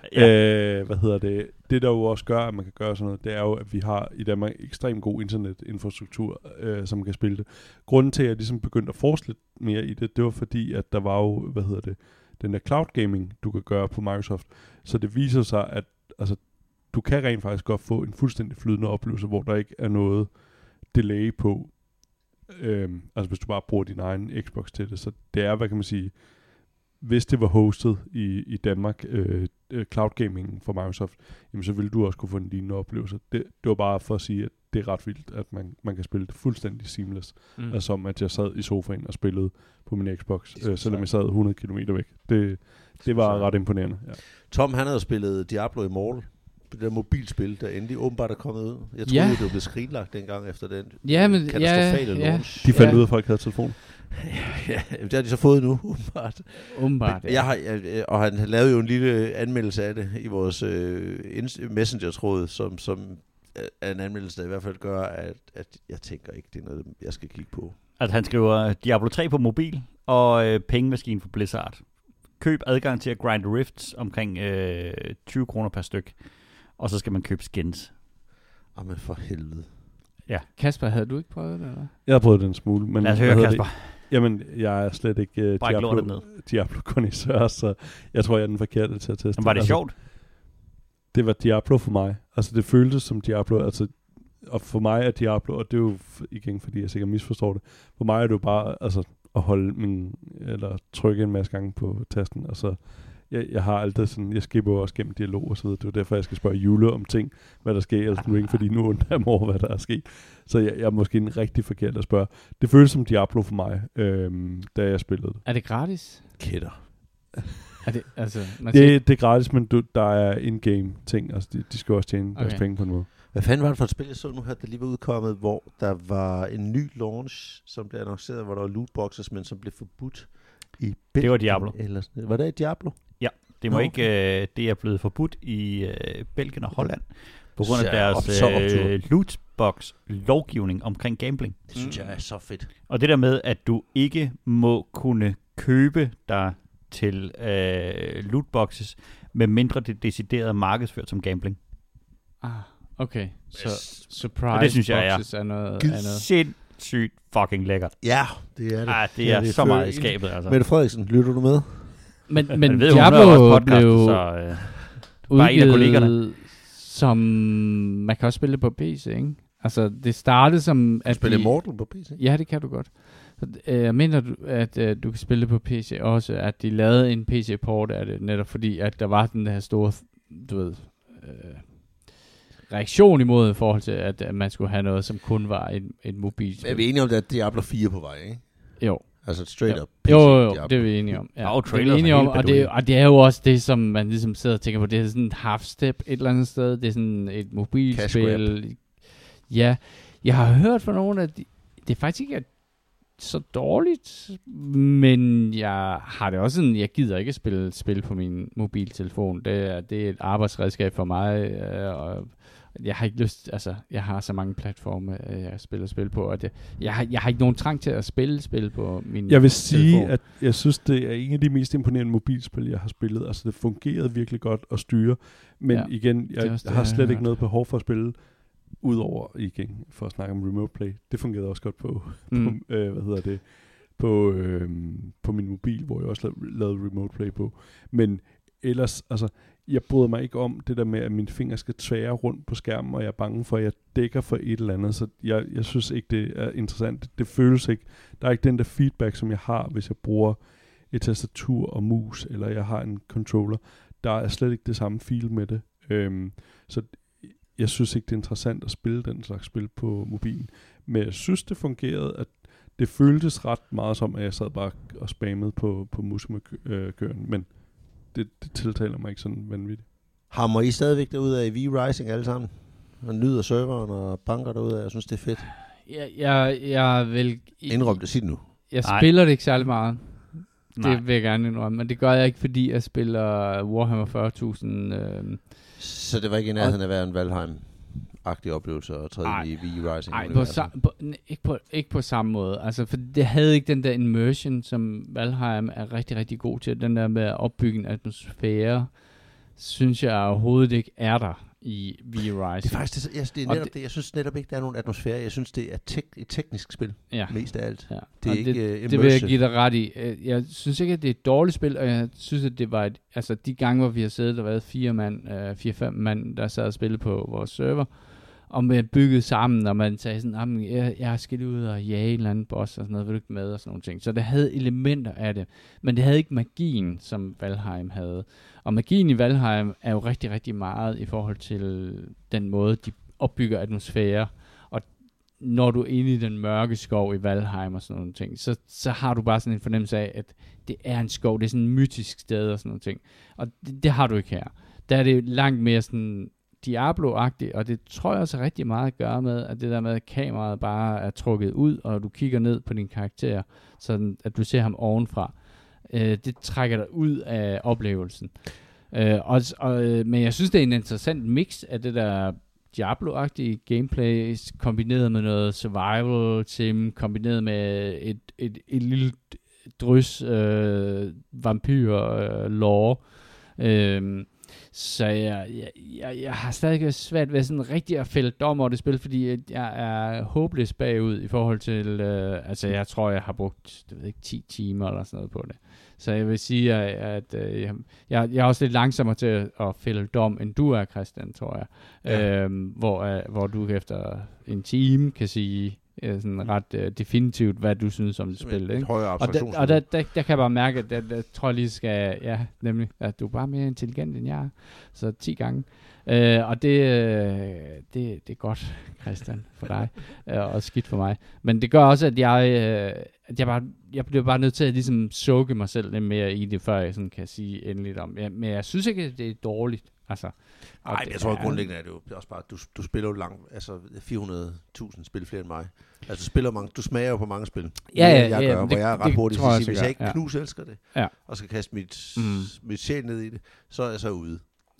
Speaker 4: Det der jo også gør, at man kan gøre sådan noget, det er jo, at vi har i Danmark ekstremt god internetinfrastruktur, som man kan spille det. Grunden til, at jeg ligesom begyndte at forske lidt mere i det, det var fordi, at der var jo, den der cloud gaming, du kan gøre på Microsoft. Så det viser sig, at du kan rent faktisk godt få en fuldstændig flydende oplevelse, hvor der ikke er noget delay på. Hvis du bare bruger din egen Xbox til det. Så det er, hvad kan man sige, hvis det var hostet i Danmark, cloud gaming for Microsoft, jamen så ville du også kunne få en lignende oplevelse. Det var bare for at sige, at det er ret vildt, at man kan spille det fuldstændig seamless. Som at jeg sad i sofaen og spillede på min Xbox, selvom jeg sad 100 km væk. Det var ret imponerende. Ja.
Speaker 3: Tom, han havde spillet Diablo Immortal. Det der mobilspil, der endelig åbenbart er kommet ud. Jeg troede, det blev skrinlagt dengang efter den katastrofale launch.
Speaker 4: De fandt ud af, at folk havde telefon.
Speaker 3: Ja, det har de så fået nu, åbenbart. Og han lavede jo en lille anmeldelse af det i vores Messenger-tråd, som er en anmeldelse, der i hvert fald gør, at jeg tænker ikke, det er noget, jeg skal kigge på.
Speaker 2: Altså han skriver Diablo 3 på mobil, og pengemaskine for Blizzard. Køb adgang til at grinde rifts omkring 20 kroner per styk. Og så skal man købe skins.
Speaker 3: Jamen for helvede.
Speaker 1: Ja. Kasper, havde du ikke prøvet det, eller?
Speaker 4: Jeg har prøvet den smule. Men
Speaker 2: lad os høre, Kasper.
Speaker 4: Jamen, jeg er slet ikke Diablo-kondisseur, så jeg tror, jeg er den forkerte til at teste.
Speaker 2: Men var det sjovt?
Speaker 4: Det var Diablo for mig. Altså, det føltes som Diablo. Altså, og for mig er Diablo, og det er jo igen, fordi jeg sikkert misforstår det. For mig er det jo bare at holde eller trykke en masse gange på tasten, og så jeg har altid sådan, jeg skipper også gennem dialog og så videre. Det er derfor, jeg skal spørge Jule om ting, hvad der sker i Elden Ring, fordi nu undrer jeg mig over, hvad der er sket. Så jeg er måske en rigtig forkert at spørge. Det føles som Diablo for mig, da jeg spillede det.
Speaker 1: Er det gratis?
Speaker 3: Kætter.
Speaker 1: Er det,
Speaker 4: det er gratis, men der er in-game ting. Altså, de skal også tjene deres penge på en måde.
Speaker 3: Hvad fanden var det for et spil, jeg så nu her, der lige var udkommet, hvor der var en ny launch, som blev annonceret, hvor der var lootboxes, men som blev forbudt i Belgien.
Speaker 2: Det var Diablo.
Speaker 3: Var det Diablo?
Speaker 2: Ja, det må ikke. Det er blevet forbudt i Belgien og Holland på grund af deres lootbox-lovgivning omkring gambling.
Speaker 3: Det synes jeg er så fedt.
Speaker 2: Og det der med, at du ikke må kunne købe dig til lootboxes, med mindre det er decideret markedsført som gambling.
Speaker 1: Okay, så Surprise
Speaker 2: det synes jeg
Speaker 1: Boxes er noget andet.
Speaker 2: Sindssygt fucking lækkert.
Speaker 3: Ja, det er det.
Speaker 2: Ah, det er så meget i skabet, altså.
Speaker 3: Mette Frederiksen, lytter du med?
Speaker 1: Men
Speaker 2: ved,
Speaker 1: Diablo blev
Speaker 2: udgivet
Speaker 1: som... Man kan også spille det på PC, ikke? Altså, det startede som...
Speaker 3: At spille Immortal på PC?
Speaker 1: Ja, det kan du godt. Jeg mener, at du kan spille det på PC også, at de lavede en PC-port af det, netop fordi, at der var den der store, du ved... reaktion imod i forhold til, at man skulle have noget, som kun var et mobilspil.
Speaker 3: Er vi enige om, at Diablo 4 på vej, ikke?
Speaker 1: Jo.
Speaker 3: Altså straight up PC.
Speaker 1: Jo, det er vi enige om. Ja.
Speaker 2: Det er vi enige om,
Speaker 1: og det er jo også det, som man ligesom sidder og tænker på. Det er sådan et half-step et eller andet sted. Det er sådan et mobilspil. Ja, jeg har hørt fra nogen, at det faktisk ikke er så dårligt, men jeg har det også sådan, jeg gider ikke spille på min mobiltelefon. Det er et arbejdsredskab for mig, og jeg har ikke lyst, altså, jeg har så mange platforme, jeg spiller spil på, og jeg har ikke nogen trang til at spille på min telefon.
Speaker 4: Jeg vil sige, at jeg synes, det er en af de mest imponerende mobilspil, jeg har spillet. Altså, det fungerede virkelig godt at styre, men igen, jeg har slet ikke noget behov for at spille, udover igen, for at snakke om remote play. Det fungerede også godt på på min mobil, hvor jeg også lavede remote play på. Men ellers, altså, jeg bryder mig ikke om det der med, at mine fingre skal tvære rundt på skærmen, og jeg er bange for, at jeg dækker for et eller andet, så jeg synes ikke, det er interessant. Det føles ikke. Der er ikke den der feedback, som jeg har, hvis jeg bruger et tastatur og mus, eller jeg har en controller. Der er slet ikke det samme feel med det. Så jeg synes ikke, det er interessant at spille den slags spil på mobilen. Men jeg synes, det fungerede, at det føltes ret meget som, at jeg sad bare og spammede på musemørkøren, men det tiltaler mig ikke sådan vanvittigt.
Speaker 3: Hammer I stadigvæk derude af V-Rising alle sammen? Og nyder serveren og banker derude af? Jeg synes, det er fedt.
Speaker 1: Jeg vil...
Speaker 3: Indrøm det, sig det nu.
Speaker 1: Jeg spiller det ikke særlig meget. Det vil jeg gerne indrømme, men det gør jeg ikke, fordi jeg spiller Warhammer 40.000.
Speaker 3: Så det var ikke i nærheden af at være en Valheim-agtig oplevelse at træde i V-Rising?
Speaker 1: Nej, ikke på samme måde. Altså, for det havde ikke den der immersion, som Valheim er rigtig, rigtig god til. Den der med at opbygge en atmosfære, synes jeg overhovedet ikke er der i V-Rising.
Speaker 3: Det er faktisk det er netop det. Jeg synes netop ikke, der er nogen atmosfære. Jeg synes, det er et teknisk spil, mest af alt.
Speaker 1: Ja.
Speaker 3: Det er ikke
Speaker 1: det vil jeg give dig ret i. Jeg synes ikke, at det er et dårligt spil, og jeg synes, at det var altså de gange, hvor vi har siddet og været 4-5 mand, der sad og spillede på vores server, og man bygget sammen, og man sagde sådan, jeg skal lige ud og jage en eller anden boss, og sådan noget, vil du ikke med, og sådan nogle ting. Så det havde elementer af det, men det havde ikke magien, som Valheim havde. Og magien i Valheim er jo rigtig, rigtig meget i forhold til den måde, de opbygger atmosfære. Og når du er inde i den mørke skov i Valheim og sådan nogle ting, så har du bare sådan en fornemmelse af, at det er en skov, det er sådan et mytisk sted og sådan nogle ting. Og det har du ikke her. Der er det langt mere sådan Diablo-agtigt, og det tror jeg også rigtig meget at gøre med, at det der med, at kameraet bare er trukket ud, og du kigger ned på din karakter, sådan at du ser ham ovenfra. Det trækker dig ud af oplevelsen. Men jeg synes, det er en interessant mix af det der Diablo-agtige gameplay, kombineret med noget survival-sim, kombineret med et lille drys vampyr-lore. Så jeg har stadig svært ved sådan rigtig at fælde dom over det spil, fordi jeg er håbløs bagud i forhold til, altså jeg tror, jeg har brugt 10 timer eller sådan noget på det. Så jeg vil sige, at jeg er også lidt langsommere til at fælde dom, end du er, Christian, tror jeg. Ja. Hvor du efter en time kan sige sådan ret definitivt, hvad du synes om det spil. Ikke? Og der kan jeg bare mærke, at der tror jeg lige skal, nemlig, at du er bare mere intelligent end jeg er. Så 10 gange. Og det er godt, Christian, for dig, og skidt for mig. Men det gør også, at jeg bliver bare nødt til at ligesom sokke mig selv lidt mere i det, før jeg sådan kan sige endeligt om. Men jeg synes ikke, at det er dårligt. Altså,
Speaker 3: nej, jeg tror grundlæggende er det jo også bare, du spiller jo langt, altså 400.000 spil flere end mig. Altså du smager jo på mange spil. Jeg gør, hvor jeg er ret hurtigt til at sige, hvis jeg ikke knus elsker det, og skal kaste mit sjæl ned i det, så er jeg så ude.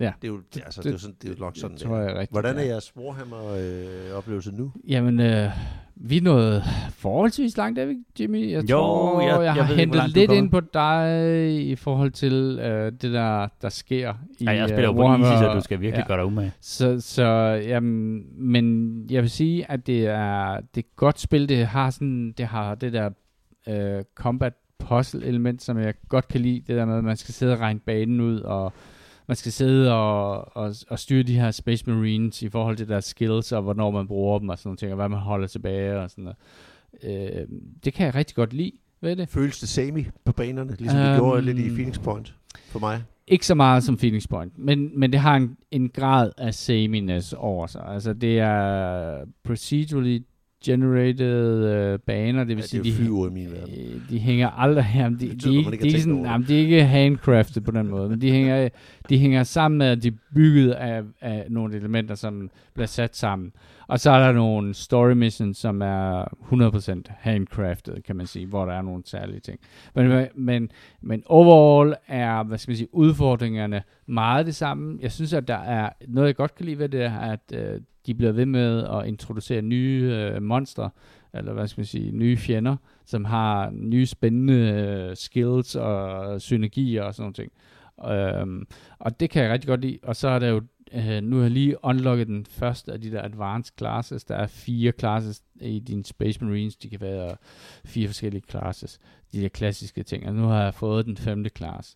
Speaker 1: Ja.
Speaker 3: Det er jo, altså, det er jo nok sådan.
Speaker 1: Det tror jeg rigtigt.
Speaker 3: Hvordan er jeres Warhammer-oplevelse nu?
Speaker 1: Jamen, vi er nået forholdsvis langt, er vi, Jimmy? Jeg tror, jeg har
Speaker 2: ved,
Speaker 1: hentet lidt ind på dig i forhold til det, der sker i
Speaker 2: jeg spiller jo
Speaker 1: Warhammer.
Speaker 2: på Easy, så du skal virkelig gøre dig umage.
Speaker 1: Så jamen, men jeg vil sige, at det er et godt spil. Det har det der combat puzzle element, som jeg godt kan lide. Det der med, at man skal sidde og regne banen ud, og man skal sidde og styre de her Space Marines i forhold til deres skills, og hvornår man bruger dem, og sådan nogle ting, og hvad man holder tilbage, og sådan noget. Det kan jeg rigtig godt lide, ved det.
Speaker 3: Føles det samey på banerne, ligesom det gjorde lidt i Phoenix Point for mig?
Speaker 1: Ikke så meget som Phoenix Point, men det har en grad af sameness over sig. Altså, det er procedurally generated baner, det vil sige,
Speaker 3: det er flyver i min verden.
Speaker 1: De hænger aldrig her. De er ikke handcrafted på den måde, men de hænger sammen med, at de er bygget af nogle elementer, som bliver sat sammen. Og så er der nogle story missions, som er 100% handcrafted, kan man sige, hvor der er nogle særlige ting. Men overall er, hvad skal man sige, udfordringerne meget det samme. Jeg synes, at der er noget, jeg godt kan lide ved det, at de bliver ved med at introducere nye monstre, eller hvad skal man sige, nye fjender, som har nye spændende skills og synergier og sådan nogle ting. Og det kan jeg rigtig godt lide. Og så er der jo, nu har jeg lige unlocket den første af de der advanced classes. Der er 4 classes i dine Space Marines. De kan være 4 forskellige classes. De der klassiske ting. Og nu har jeg fået den 5. class.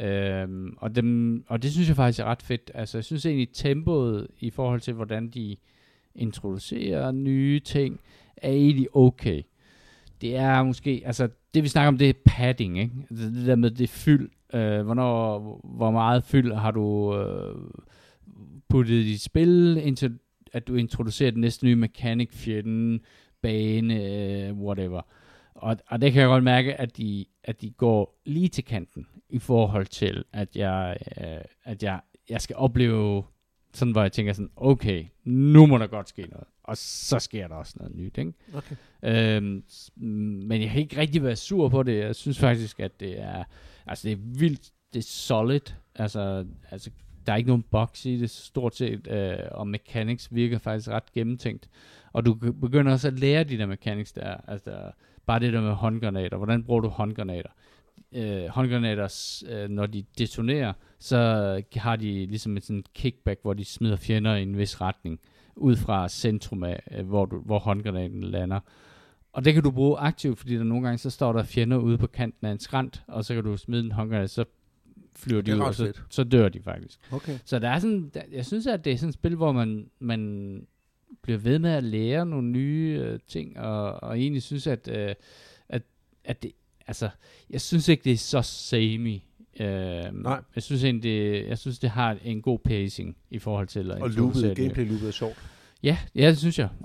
Speaker 1: Og det synes jeg faktisk er ret fedt. Altså, jeg synes egentlig tempoet i forhold til, hvordan de introducerer nye ting, er egentlig okay. Det er måske, altså det vi snakker om, det er padding, ikke? Altså, det der med det fyld. Hvor meget fyld har du puttet i spil, indtil at du introducerer den næste nye mechanic, fjenden, bane, whatever. Og det kan jeg godt mærke, at de går lige til kanten i forhold til, at jeg skal opleve sådan, hvor jeg tænker sådan, okay, nu må der godt ske noget. Og så sker der også noget nyt, ikke?
Speaker 3: Okay.
Speaker 1: Men jeg har ikke rigtig været sur på det. Jeg synes faktisk, at det er vildt, det er solid. Altså der er ikke nogen box i det, stort set, og mechanics virker faktisk ret gennemtænkt. Og du begynder også at lære de der mechanics der, altså bare det der med håndgranater. Hvordan bruger du håndgranater? Håndgranater, når de detonerer, så har de ligesom et sådan kickback, hvor de smider fjender i en vis retning, ud fra centrum af, hvor håndgranaten lander. Og det kan du bruge aktivt, fordi der nogle gange, så står der fjender ude på kanten af en skrant, og så kan du smide en håndgranat, så flyver de ud, og så dør de faktisk.
Speaker 3: Okay.
Speaker 1: Så der er sådan, jeg synes, at det er sådan et spil, hvor man bliver ved med at lære nogle nye ting, og egentlig synes, at det, altså, jeg synes ikke, det er så samey.
Speaker 3: Nej.
Speaker 1: Jeg synes egentlig, det har en god pacing i forhold til at
Speaker 3: introducere det. Og gameplay-loopet er sjovt.
Speaker 1: Ja, det synes jeg.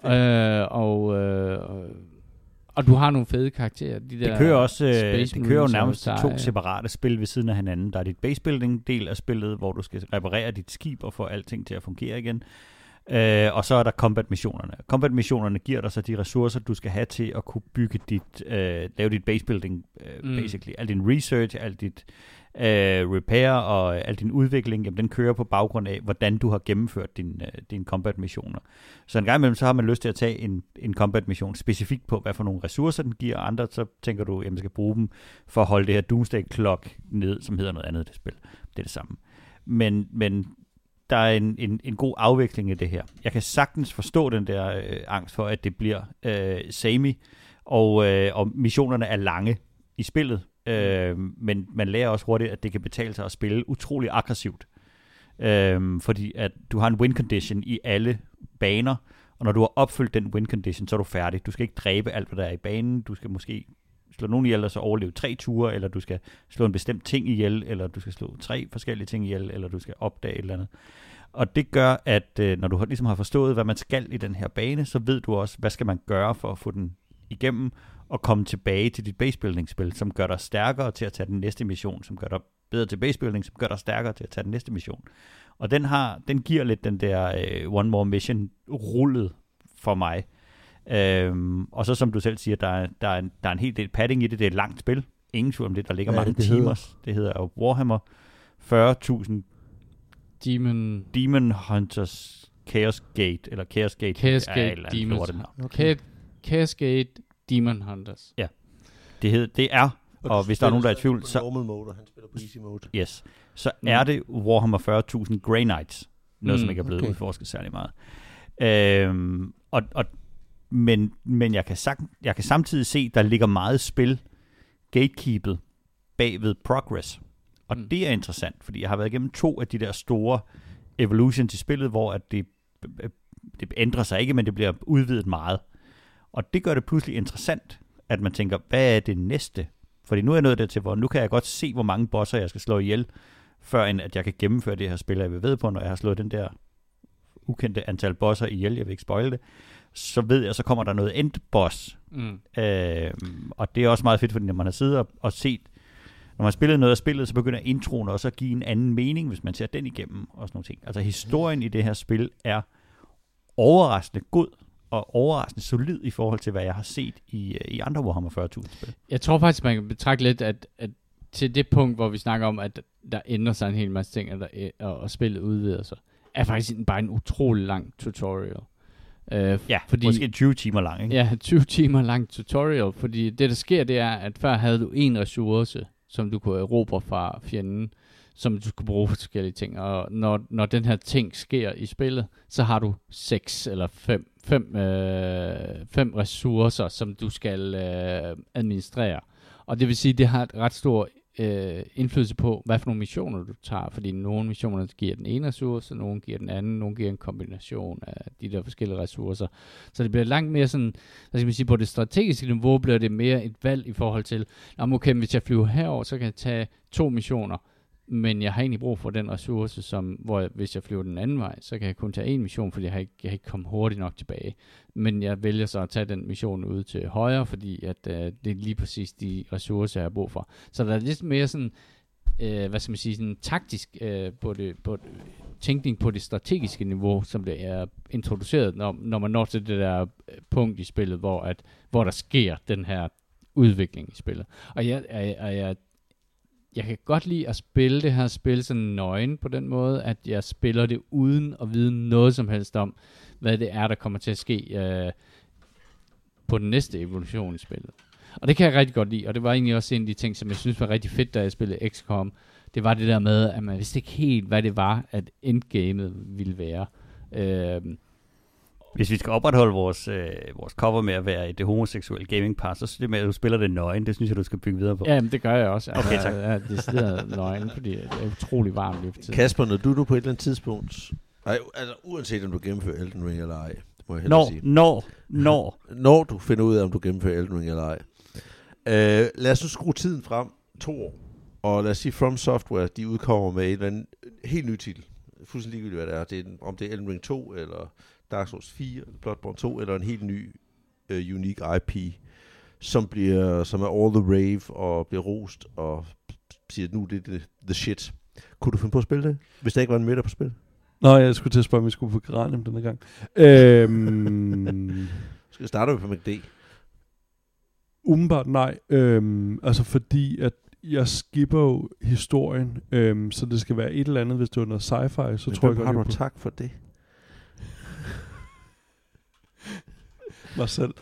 Speaker 1: Og du har nogle fede karakterer.
Speaker 2: Det kører også det kører jo nærmest 2 separate spil ved siden af hinanden. Der er dit basebuilding del af spillet, hvor du skal reparere dit skib og få alting til at fungere igen. Og så er der combat-missionerne. Combat-missionerne giver dig så de ressourcer, du skal have til at kunne bygge lave dit basebuilding, basically. Al din research, al dit repair og al din udvikling, jamen, den kører på baggrund af, hvordan du har gennemført dine combat-missioner. Så en gang imellem, så har man lyst til at tage en combat-mission specifikt på, hvad for nogle ressourcer den giver, andre så tænker du, jamen, skal bruge dem for at holde det her Doomsday Clock ned, som hedder noget andet i det spil. Det er det samme. Men der er en god afvikling i det her. Jeg kan sagtens forstå den der angst for, at det bliver samey, og missionerne er lange i spillet, men man lærer også hurtigt, at det kan betale sig at spille utrolig aggressivt, fordi at du har en win condition i alle baner, og når du har opfyldt den win condition, så er du færdig. Du skal ikke dræbe alt, hvad der er i banen. Du skal måske slå nogen ihjel, og så overleve 3 ture, eller du skal slå en bestemt ting ihjel, eller du skal slå 3 forskellige ting ihjel, eller du skal opdage et eller andet. Og det gør, at når du ligesom har forstået, hvad man skal i den her bane, så ved du også, hvad skal man gøre for at få den igennem, og komme tilbage til dit basebuilding-spil, som gør dig stærkere til at tage den næste mission, som gør dig bedre til basebuilding, som gør dig stærkere til at tage den næste mission. Og den giver lidt den der one more mission rullet for mig. Og så som du selv siger, der er en hel del padding i det. Det er et langt spil. Ingen tvivl om det. Der ligger mange timer. Det hedder jo Warhammer 40.000 Demon Hunters Chaos Gate, eller Chaos Gate.
Speaker 1: Chaos Gate Chaos Gate Demon Hunters.
Speaker 2: Ja. Det er, og hvis der er nogen, der er i tvivl, så...
Speaker 3: Normal mode, og han spiller på easy mode.
Speaker 2: Yes. Så er det Warhammer 40.000 Grey Knights. Noget, som ikke er blevet udforsket særlig meget. Men jeg kan samtidig se, der ligger meget spil gatekeepet bagved Progress. Og det er interessant, fordi jeg har været igennem 2 af de der store evolutions i spillet, hvor at det ændrer sig ikke, men det bliver udvidet meget. Og det gør det pludselig interessant, at man tænker, hvad er det næste? Fordi nu er jeg nået dertil, hvor nu kan jeg godt se, hvor mange bosser jeg skal slå ihjel, før end at jeg kan gennemføre det her spil, jeg vil ved på, når jeg har slået den der ukendte antal bosser ihjel, jeg vil ikke spoile det, så ved jeg, så kommer der noget endboss. Og det er også meget fedt, fordi når man har siddet og set, når man har spillet noget af spillet, så begynder introen også at give en anden mening, hvis man ser den igennem og sådan nogle ting. Altså historien i det her spil er overraskende god og overraskende solid i forhold til, hvad jeg har set i andre Warhammer 40.000 spil.
Speaker 1: Jeg tror faktisk, man kan betragte lidt, at til det punkt, hvor vi snakker om, at der ændrer sig en hel masse ting, og spillet udvider sig, er faktisk bare en utrolig lang tutorial.
Speaker 2: Fordi, måske 20 timer lang, ikke?
Speaker 1: Ja, 20 timer lang tutorial, fordi det, der sker, det er, at før havde du en ressource, som du kunne erobre fra fjenden, som du skulle bruge for forskellige ting. Og når den her ting sker i spillet, så har du 6 eller 5 ressourcer, som du skal administrere. Og det vil sige, det har et ret stor indflydelse på, hvad for nogle missioner du tager. Fordi nogle missioner giver den ene ressource, nogle giver den anden, nogle giver en kombination af de der forskellige ressourcer. Så det bliver langt mere sådan, hvad skal man sige, på det strategiske niveau bliver det mere et valg i forhold til, okay, hvis jeg flyver herover, så kan jeg tage 2 missioner, men jeg har egentlig brug for den ressource, hvis jeg flyver den anden vej, så kan jeg kun tage 1 mission, fordi jeg kan ikke komme hurtigt nok tilbage. Men jeg vælger så at tage den mission ud til højre, fordi at, det er lige præcis de ressourcer, jeg har brug for. Så der er lidt mere sådan, hvad skal man sige, sådan taktisk på tænkning på det strategiske niveau, som det er introduceret, når man når til det der punkt i spillet, hvor der sker den her udvikling i spillet. Og jeg kan godt lide at spille det her spil sådan nøgen på den måde, at jeg spiller det uden at vide noget som helst om, hvad det er, der kommer til at ske på den næste evolution i spillet. Og det kan jeg rigtig godt lide, og det var egentlig også en af de ting, som jeg synes var rigtig fedt, da jeg spillede XCOM. Det var det der med, at man vidste ikke helt, hvad det var, at endgamet ville være.
Speaker 2: Hvis vi skal opretholde vores cover med at være i det homoseksuelle gaming par, så synes jeg med, at du spiller det nøgen. Det synes jeg, du skal bygge videre på.
Speaker 1: Ja, men det gør jeg også.
Speaker 2: Okay, tak.
Speaker 1: Jeg er decideret nøgen, fordi det er utrolig varmt lige for tiden.
Speaker 3: Kasper, når du på et eller andet tidspunkt, altså uanset om du gennemfører Elden Ring eller ej, det må jeg hellere sige. Når du finder ud af, om du gennemfører Elden Ring eller ej. Lad os nu skrue tiden frem 2 år, og lad os sige, From Software, de udkommer med en eller anden helt ny titel. Fuldstændig ligegyldigt, hvad det er. Om det er Elden Ring 2, eller Dark Souls 4, eller Bloodborne 2, eller en helt ny, unique IP, som er all the rave, og bliver rost, og siger, at nu det er the shit. Kunne du finde på at spille det, hvis der ikke var en meta på spil?
Speaker 4: Nå, jeg skulle til at spørge, om vi skulle på Granium denne gang.
Speaker 3: Skal vi starte med McD?
Speaker 4: Umiddelbart nej. Altså fordi, at jeg skipper jo historien, så det skal være et eller andet, hvis det var noget sci-fi, så
Speaker 3: men
Speaker 4: tror jeg godt,
Speaker 3: har du tak for det?
Speaker 4: Mig selv.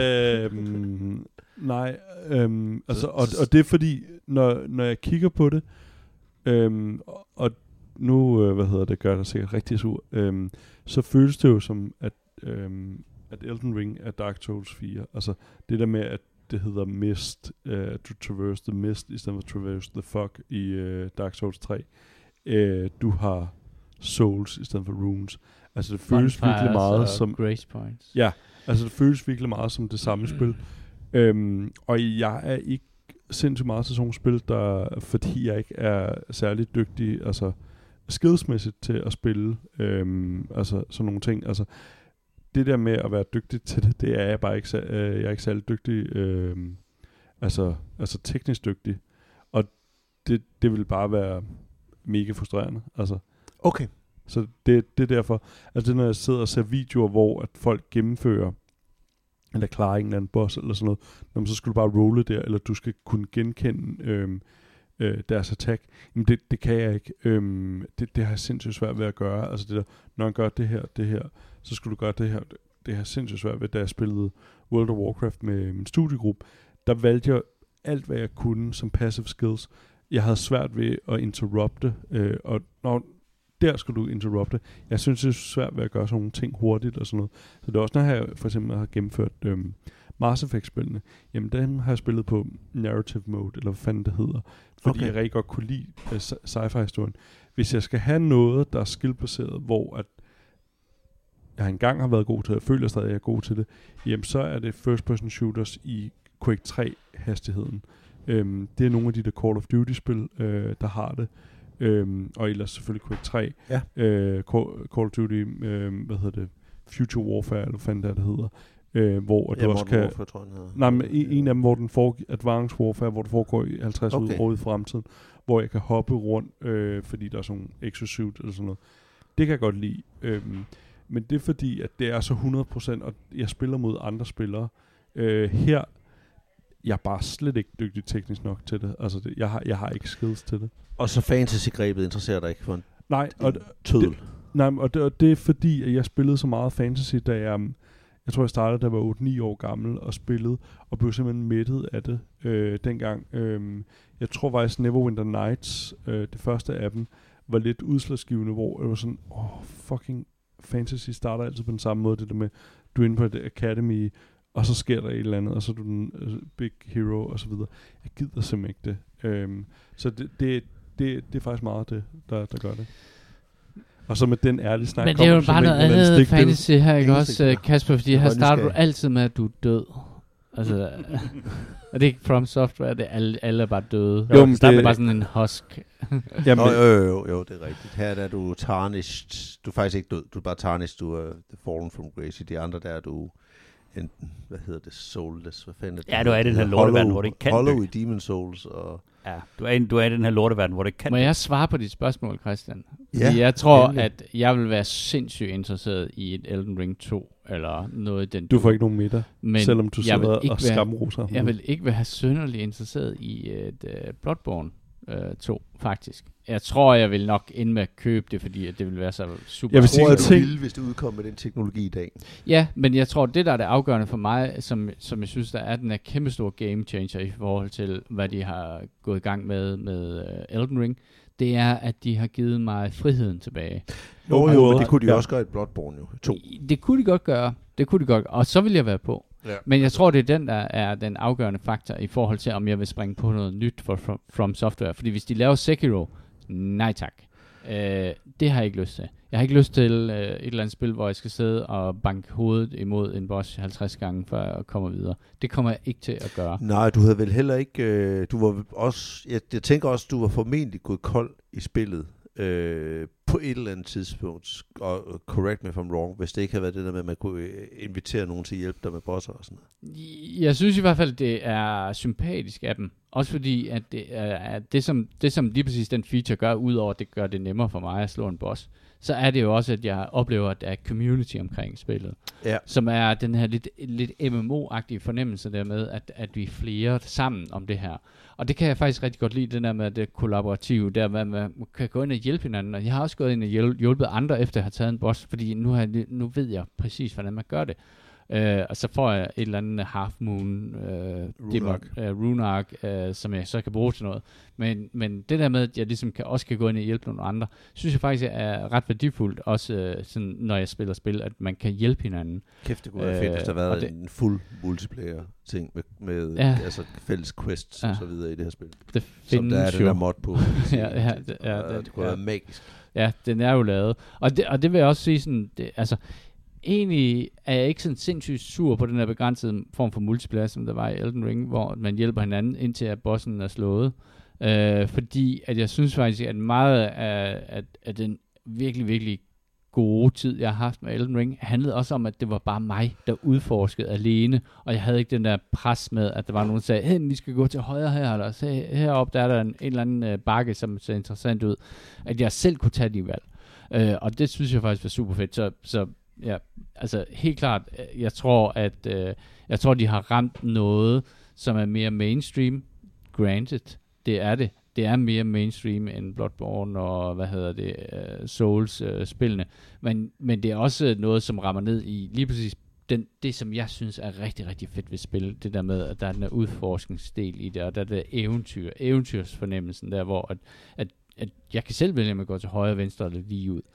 Speaker 4: Nej, altså, og det er fordi, når jeg kigger på det, og nu, gør der sikkert rigtig sur, så føles det jo som, at Elden Ring er Dark Souls 4. Altså, det der med, at det hedder Mist, to traverse the Mist, i stedet for traverse the fog i Dark Souls 3. Du har Souls i stedet for Runes. Altså, det føles virkelig meget som...
Speaker 1: Grace Points.
Speaker 4: Ja, altså det føles virkelig meget som det samme spil. Og jeg er ikke sindssygt meget til sådan nogle spil, fordi jeg ikke er særlig dygtig, altså skillsmæssigt til at spille, altså sådan nogle ting. Altså det der med at være dygtig til det, det er jeg bare ikke, jeg er ikke særlig dygtig, altså teknisk dygtig. Og det vil bare være mega frustrerende, altså.
Speaker 3: Okay.
Speaker 4: Så det er derfor, altså det når jeg sidder og ser videoer, hvor at folk gennemfører, eller klarer en eller anden boss eller sådan noget, så skal du bare rolle der, eller du skal kunne genkende deres attack. Jamen det kan jeg ikke. Det har jeg sindssygt svært ved at gøre. Altså det der, når han gør det her, så skulle du gøre det her. Det har jeg sindssygt svært ved, da jeg spillede World of Warcraft med min studiegruppe. Der valgte jeg alt, hvad jeg kunne som passive skills. Jeg havde svært ved at interrupte, og der skulle du interrupte. Jeg synes, det er svært ved at gøre sådan nogle ting hurtigt og sådan noget. Så det er også, når jeg for eksempel har gennemført Mass Effect-spillene, jamen dem har jeg spillet på narrative mode, eller hvad fanden det hedder, fordi jeg rigtig godt kunne lide sci-fi-historien. Hvis jeg skal have noget, der er skillbaseret, hvor at jeg engang har været god til, og jeg føler stadig, at jeg er god til det, jamen så er det first-person shooters i Quake 3-hastigheden. Det er nogle af de der Call of Duty-spil, der har det. Og ellers selvfølgelig Quake 3.
Speaker 3: Ja.
Speaker 4: Call of Duty, Future Warfare, eller hvad fanden det hedder. Hvor du også kan...
Speaker 3: Warfare, tror jeg,
Speaker 4: nej, men en af dem, hvor den foregår Advanced Warfare, hvor det foregår i 50 år i fremtiden, hvor jeg kan hoppe rundt, fordi der er sådan en exosuit eller sådan noget. Det kan jeg godt lide. Men det er fordi, at det er så 100%, og jeg spiller mod andre spillere. Her, jeg er bare slet ikke dygtig teknisk nok til det. Altså, jeg har ikke skills til det.
Speaker 3: Og så fantasy-grebet interesserer dig ikke for en tødel?
Speaker 4: Og det er fordi, at jeg spillede så meget fantasy, da jeg tror, jeg startede, da jeg var 8-9 år gammel og spillede, og blev simpelthen mættet af det dengang. Jeg tror faktisk Neverwinter Nights, det første af dem, var lidt udslagsgivende, hvor det var sådan, fucking fantasy starter altid på den samme måde, det der med, du er inde på et academy, og så sker der et eller andet, og så er du den big hero, og så videre. Jeg gider simpelthen ikke det. Så det er faktisk meget det, der gør det. Og så med den ærlige snak.
Speaker 1: Men det er jo bare noget andet fantasy her, ikke også, Kasper? Fordi her starter du altid med, at du er død. Altså, og det er ikke From Software, det er alle er bare døde.
Speaker 2: Jo, men
Speaker 1: det er bare sådan en husk.
Speaker 3: Jamen, jo, det er rigtigt. Her er du tarnished. Du er faktisk ikke død, du er bare tarnished. Du er the fallen from grace. De andre der er du enten, hvad hedder det, soulless, hvad fanden er det?
Speaker 2: Ja, du er i den her lorteverden, hvor det ikke kan
Speaker 3: Hollow i Demon Souls. Og
Speaker 2: ja, du er i den her lorteverden, hvor det ikke kan.
Speaker 1: Må jeg svare på dit spørgsmål, Christian?
Speaker 3: Ja,
Speaker 1: jeg tror, at jeg vil være sindssygt interesseret i et Elden Ring 2, eller noget i den.
Speaker 4: Du får ikke nogen middag, selvom du sidder og skamroser.
Speaker 1: Jeg vil ikke være synderligt interesseret i et Bloodborne 2, faktisk. Jeg tror, jeg vil nok ende med at købe det, fordi at det vil være så super.
Speaker 3: Jeg vil sige, at du vil, hvis det udkommer med den teknologi i dag.
Speaker 1: Ja, men jeg tror, det der er det afgørende for mig, som jeg synes, der er den her kæmpe store game changer i forhold til, hvad de har gået i gang med Elden Ring, det er, at de har givet mig friheden tilbage.
Speaker 3: Jo, men det kunne de også gøre i Bloodborne jo. 2.
Speaker 1: Det kunne de godt gøre. Og så vil jeg være på. Ja. Men jeg tror, det er den, der er den afgørende faktor i forhold til, om jeg vil springe på noget nyt for From Software. Fordi hvis de laver Sekiro, nej tak. Det har jeg ikke lyst til. Jeg har ikke lyst til et eller andet spil, hvor jeg skal sidde og banke hovedet imod en boss 50 gange, før jeg kommer videre. Det kommer jeg ikke til at gøre.
Speaker 3: Nej, du havde vel heller ikke... du var også... Jeg tænker også, du var formentlig gået kold i spillet på et eller andet tidspunkt. Og correct me if I'm wrong, hvis det ikke havde været det der med, at man kunne invitere nogen til at hjælpe dig med bosser og sådan noget.
Speaker 1: Jeg synes i hvert fald, det er sympatisk af dem. Også fordi, at det er det, som lige præcis den feature gør, udover at det gør det nemmere for mig at slå en boss, så er det jo også, at jeg oplever, at der er community omkring spillet. Ja. Som er den her lidt MMO-agtige fornemmelse der med, at vi er flere sammen om det her. Og det kan jeg faktisk rigtig godt lide, den der med det kollaborative, der med, at man kan gå ind og hjælpe hinanden. Og jeg har også gået ind og hjulpet andre, efter at have taget en boss, fordi nu ved jeg præcis, hvordan man gør det. Og så får jeg et eller andet Half Moon Runark, som jeg så kan bruge til noget. Men det der med, at jeg ligesom også kan gå ind og hjælpe nogle andre, synes jeg faktisk er ret værdifuldt, også sådan, når jeg spiller spil, at man kan hjælpe hinanden.
Speaker 3: Kæft, det kunne være fedt, hvis der havde været en fuld multiplayer-ting med altså fælles quests og så videre i det her spil.
Speaker 1: Det
Speaker 3: som der er den der mod på.
Speaker 1: Det
Speaker 3: kunne være magisk.
Speaker 1: Ja, den er jo lavet. Og det vil jeg også sige sådan, altså egentlig er jeg ikke sådan sindssygt sur på den her begrænsede form for multiplayer, som der var i Elden Ring, hvor man hjælper hinanden indtil at bossen er slået. Fordi at jeg synes faktisk, at meget af den virkelig, virkelig gode tid, jeg har haft med Elden Ring, handlede også om, at det var bare mig, der udforskede alene, og jeg havde ikke den der pres med, at der var nogen, der sagde, hey, vi skal gå til højre her, eller så heroppe, der er der en eller anden bakke, som ser interessant ud, at jeg selv kunne tage de valg. Og det synes jeg faktisk var super fedt. Så ja, altså helt klart, jeg tror, de har ramt noget, som er mere mainstream. Granted, det er det. det er mere mainstream end Bloodborne og, Souls-spillene. Men det er også noget, som rammer ned i lige præcis det, som jeg synes er rigtig, rigtig fedt ved spil. Det der med, at der er den der udforskningsdel i det, og der er det eventyrsfornemmelsen der, hvor at jeg kan selv vælge, om jeg går til højre, venstre eller lige ud.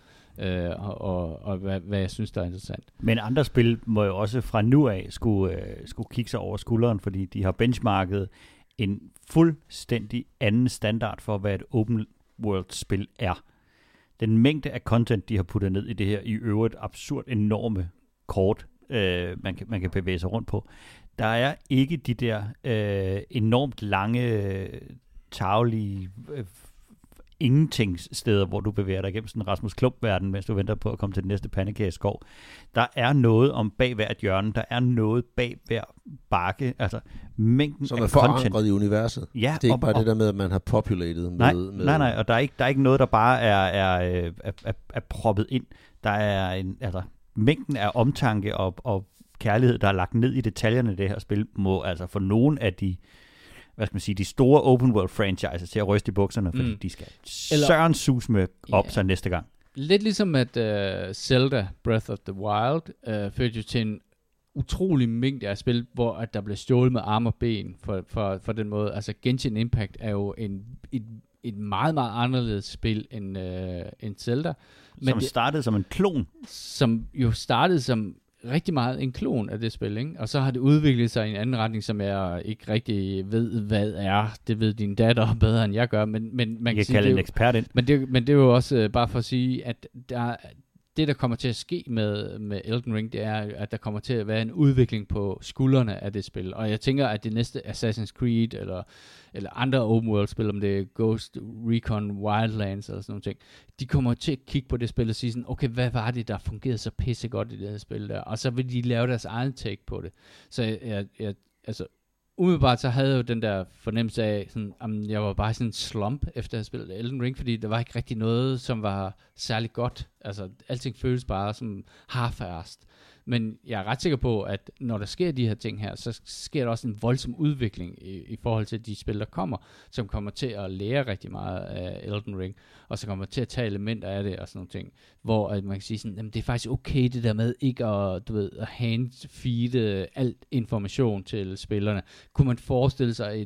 Speaker 1: Og hvad jeg synes, der er interessant.
Speaker 2: Men andre spil må jo også fra nu af skulle kigge sig over skulderen, fordi de har benchmarket en fuldstændig anden standard for, hvad et open world-spil er. Den mængde af content, de har puttet ned i det her, i øvrigt absurd enorme kort, man kan bevæge sig rundt på. Der er ikke de der enormt lange, tarvelige ingenting-steder, hvor du bevæger dig igennem sådan en Rasmus Klump-verden, mens du venter på at komme til den næste pandekageskov. Der er noget om bag hvert hjørne, der er noget bag hver bakke, altså mængden af content.
Speaker 3: Som er forankret i universet.
Speaker 2: Ja,
Speaker 3: det er ikke bare det der med, at man har populated med...
Speaker 2: Nej, og der er ikke noget, der bare er proppet ind. Der er mængden af omtanke og kærlighed, der er lagt ned i detaljerne i det her spil, må altså for nogen af de de store open world franchises til at ryste i bukserne, fordi de skal søren sus med op sig næste gang.
Speaker 1: Lidt ligesom at Zelda Breath of the Wild førte jo til en utrolig mængde af spil, hvor at der blev stjålet med arme og ben for den måde. Altså Genshin Impact er jo et meget, meget anderledes spil end Zelda.
Speaker 2: Som startede som en klon.
Speaker 1: Som jo startede som rigtig meget en klon af det spil, ikke? Og så har det udviklet sig i en anden retning, som jeg ikke rigtig ved, hvad er. Det ved din datter bedre, end jeg gør, men man
Speaker 2: kan kalde en ekspert ind.
Speaker 1: Men det er jo også bare for at sige, at det, der kommer til at ske med Elden Ring, det er, at der kommer til at være en udvikling på skuldrene af det spil. Og jeg tænker, at det næste Assassin's Creed, eller andre open world spil, om det er Ghost Recon Wildlands, eller sådan nogle ting, de kommer til at kigge på det spil og sige sådan, okay, hvad var det, der fungerede så pissegodt i det her spil der? Og så vil de lave deres egen take på det. Så altså, umiddelbart så havde jeg jo den der fornemmelse af, sådan, jeg var bare sådan en slump efter at have spillet Elden Ring, fordi der var ikke rigtig noget, som var særlig godt. Altså, alting føles bare som half-assed. Men jeg er ret sikker på, at når der sker de her ting her, så sker der også en voldsom udvikling i forhold til de spil, der kommer, som kommer til at lære rigtig meget af Elden Ring, og så kommer til at tage elementer af det og sådan nogle ting, hvor at man kan sige sådan, jamen, det er faktisk okay det der med ikke at handfeede alt information til spillerne. Kunne man forestille sig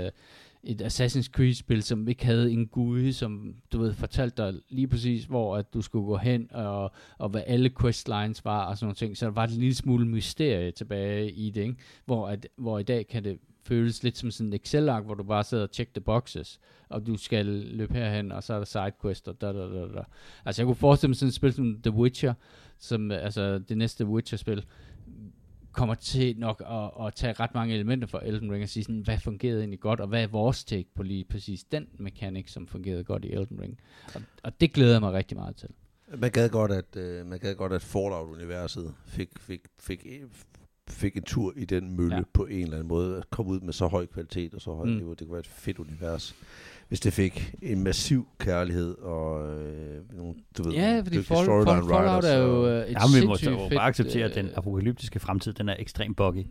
Speaker 1: et Assassin's Creed-spil, som ikke havde en GUI, som fortalte dig lige præcis, hvor at du skulle gå hen, og hvad alle questlines var, og sådan nogle ting. Så der var en lille smule mysterie tilbage i det, ikke? Hvor i dag kan det føles lidt som sådan en Excel-ark, hvor du bare sidder og tjekker the boxes, og du skal løbe herhen, og så er der sidequest, og da. Altså jeg kunne forestille mig sådan et spil som The Witcher, som altså det næste Witcher-spil, kommer til nok at tage ret mange elementer fra Elden Ring og sige sådan, hvad fungerede egentlig godt, og hvad er vores take på lige præcis den mekanik, som fungerede godt i Elden Ring. Og det glæder jeg mig rigtig meget til.
Speaker 3: Man gad godt, at Fallout-universet fik en tur i den mølle på en eller anden måde. At komme ud med så høj kvalitet og så højt niveau. Det kunne være et fedt univers. Hvis det fik en massiv kærlighed og nogle,
Speaker 1: fordi Fallout er jo et sindssygt fedt...
Speaker 2: bare acceptere, at den apokalyptiske fremtid, den er ekstremt buggy.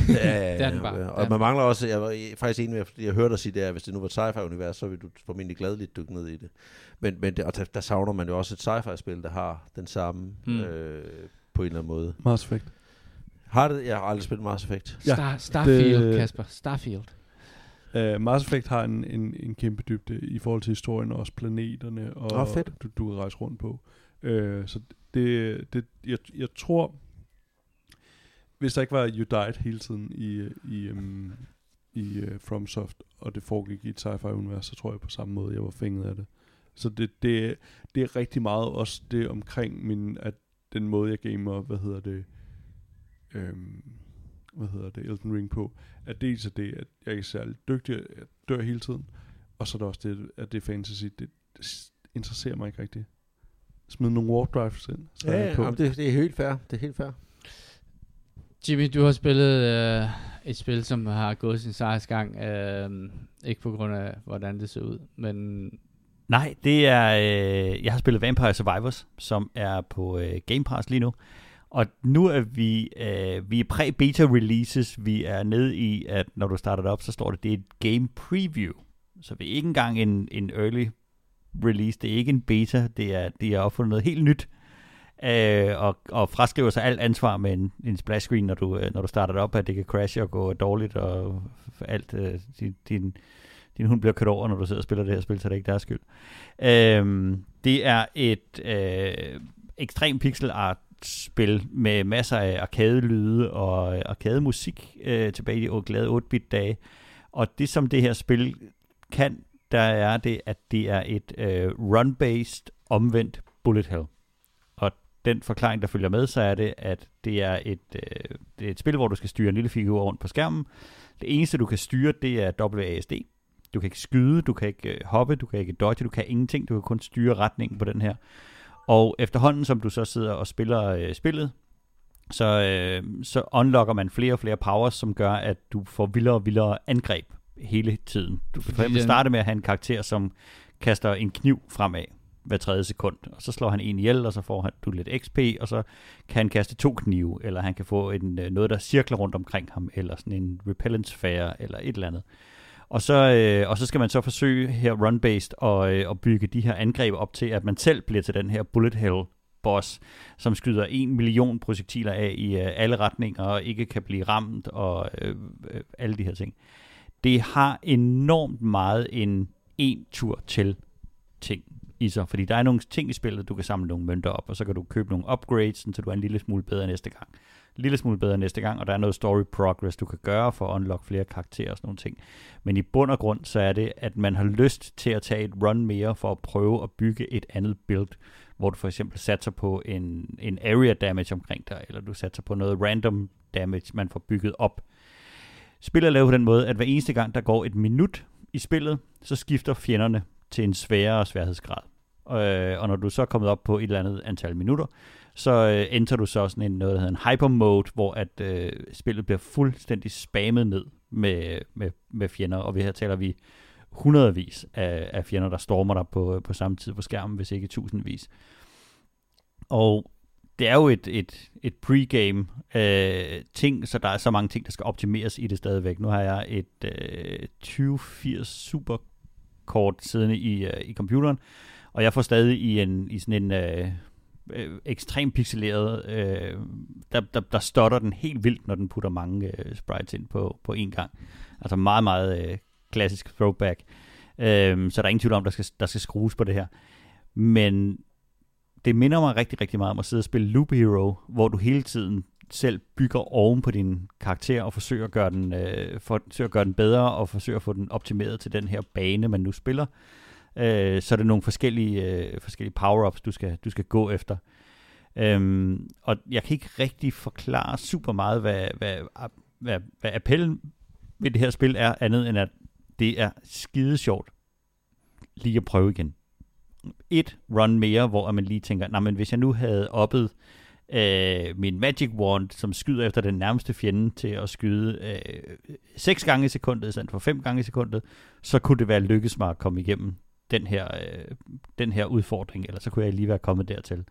Speaker 3: Og man mangler også, jeg var faktisk enig med, fordi jeg hørte dig sige det, at hvis det nu var et sci-fi-univers, så ville du formentlig gladeligt dykke ned i det. Men der savner man jo også et sci-fi-spil, der har den samme på en eller anden måde.
Speaker 4: Mass Effect.
Speaker 3: Jeg har aldrig spillet Mass Effect.
Speaker 1: Starfield, Kasper. Starfield.
Speaker 4: Mass Effect har en kæmpe dybde i forhold til historien og også planeterne, og du kan rejse rundt på. Så jeg tror, hvis der ikke var You Died hele tiden i FromSoft, og det foregik i et sci-fi-univers, så tror jeg på samme måde, jeg var fænget af det. Så det er rigtig meget også det omkring at den måde, jeg gamer, Elden Ring på, at dels er det, at jeg ikke er særlig dygtig, jeg dør hele tiden, og så er der også det, at det er fantasy, det interesserer mig ikke rigtigt. Smid nogle warp drives ind.
Speaker 3: Det er helt fair. Det er helt fair.
Speaker 1: Jimmy, du har spillet et spil, som har gået sin sejrsgang, ikke på grund af, hvordan det ser ud, men...
Speaker 2: Nej, det er... jeg har spillet Vampire Survivors, som er på Game Pass lige nu. Og nu er vi er præ-beta releases. Vi er nede i, at når du starter det op, så står det er et game preview. Så det er ikke engang en early release, det er ikke en beta, det er opfundet noget helt nyt, og fraskriver sig alt ansvar med en splash screen, når du starter det op, at det kan crashe og gå dårligt, og alt din hund bliver kørt over, når du sidder og spiller det her spil, så det er ikke deres skyld. Det er et ekstrem pixel art spil med masser af arcade-lyde og arcade-musik tilbage i de glade 8-bit dage. Og det, som det her spil kan, der er det, at det er et run-based omvendt bullet hell. Og den forklaring, der følger med, så er det, at det er et spil, hvor du skal styre en lille figur rundt på skærmen. Det eneste, du kan styre, det er WASD. Du kan ikke skyde, du kan ikke hoppe, du kan ikke dodge, du kan ingenting. Du kan kun styre retningen på den her. Og efterhånden, som du så sidder og spiller spillet, så unlocker man flere og flere powers, som gør, at du får vildere og vildere angreb hele tiden. Du kan for eksempel starte med at have en karakter, som kaster en kniv fremad hver 3. sekund, og så slår han en ihjel, og så får du lidt XP, og så kan han kaste 2 knive, eller han kan få noget, der cirkler rundt omkring ham, eller sådan en repellent sfære, eller et eller andet. Og så skal man så forsøge her run-based og bygge de her angreb op til, at man selv bliver til den her bullet hell boss, som skyder 1 million projektiler af i alle retninger, og ikke kan blive ramt, og alle de her ting. Det har enormt meget en tur til ting i sig, fordi der er nogle ting i spillet, du kan samle nogle mønter op, og så kan du købe nogle upgrades, så du er en lille smule bedre næste gang. Og der er noget story progress, du kan gøre for at unlock flere karakterer og sådan nogle ting. Men i bund og grund, så er det, at man har lyst til at tage et run mere for at prøve at bygge et andet build, hvor du for eksempel satser på en area damage omkring dig, eller du satser på noget random damage, man får bygget op. Spillet er lavet på den måde, at hver eneste gang, der går et minut i spillet, så skifter fjenderne til en sværere sværhedsgrad. Og når du så er kommet op på et eller andet antal minutter, så enter du så sådan noget, der hedder en hyper mode, hvor at spillet bliver fuldstændig spammet ned med fjender, og her taler vi hundredvis af fjender, der stormer dig på samme tid på skærmen, hvis ikke tusindvis. Og det er jo et pregame ting, så der er så mange ting, der skal optimeres i det stadigvæk. Nu har jeg et 2080 superkort siddende i computeren, og jeg får stadig i sådan en ekstremt pixeleret, der stotter den helt vildt, når den putter mange sprites ind på én gang. Altså meget, meget klassisk throwback. Så der er ingen tvivl om, der skal skrues på det her. Men det minder mig rigtig, rigtig meget om at sidde og spille Loop Hero, hvor du hele tiden selv bygger oven på din karakter og forsøger at gøre den bedre og forsøger at få den optimeret til den her bane, man nu spiller. Så er det nogle forskellige power-ups, du skal gå efter. Og jeg kan ikke rigtig forklare super meget, hvad appellen ved det her spil er, andet end at det er skide sjovt lige at prøve igen. Et run mere, hvor man lige tænker, men hvis jeg nu havde oppet min magic wand, som skyder efter den nærmeste fjende til at skyde 6 gange i sekundet, i stedet for 5 gange i sekundet, så kunne det være lykkes mig at komme igennem den her udfordring, eller så kunne jeg lige være kommet dertil.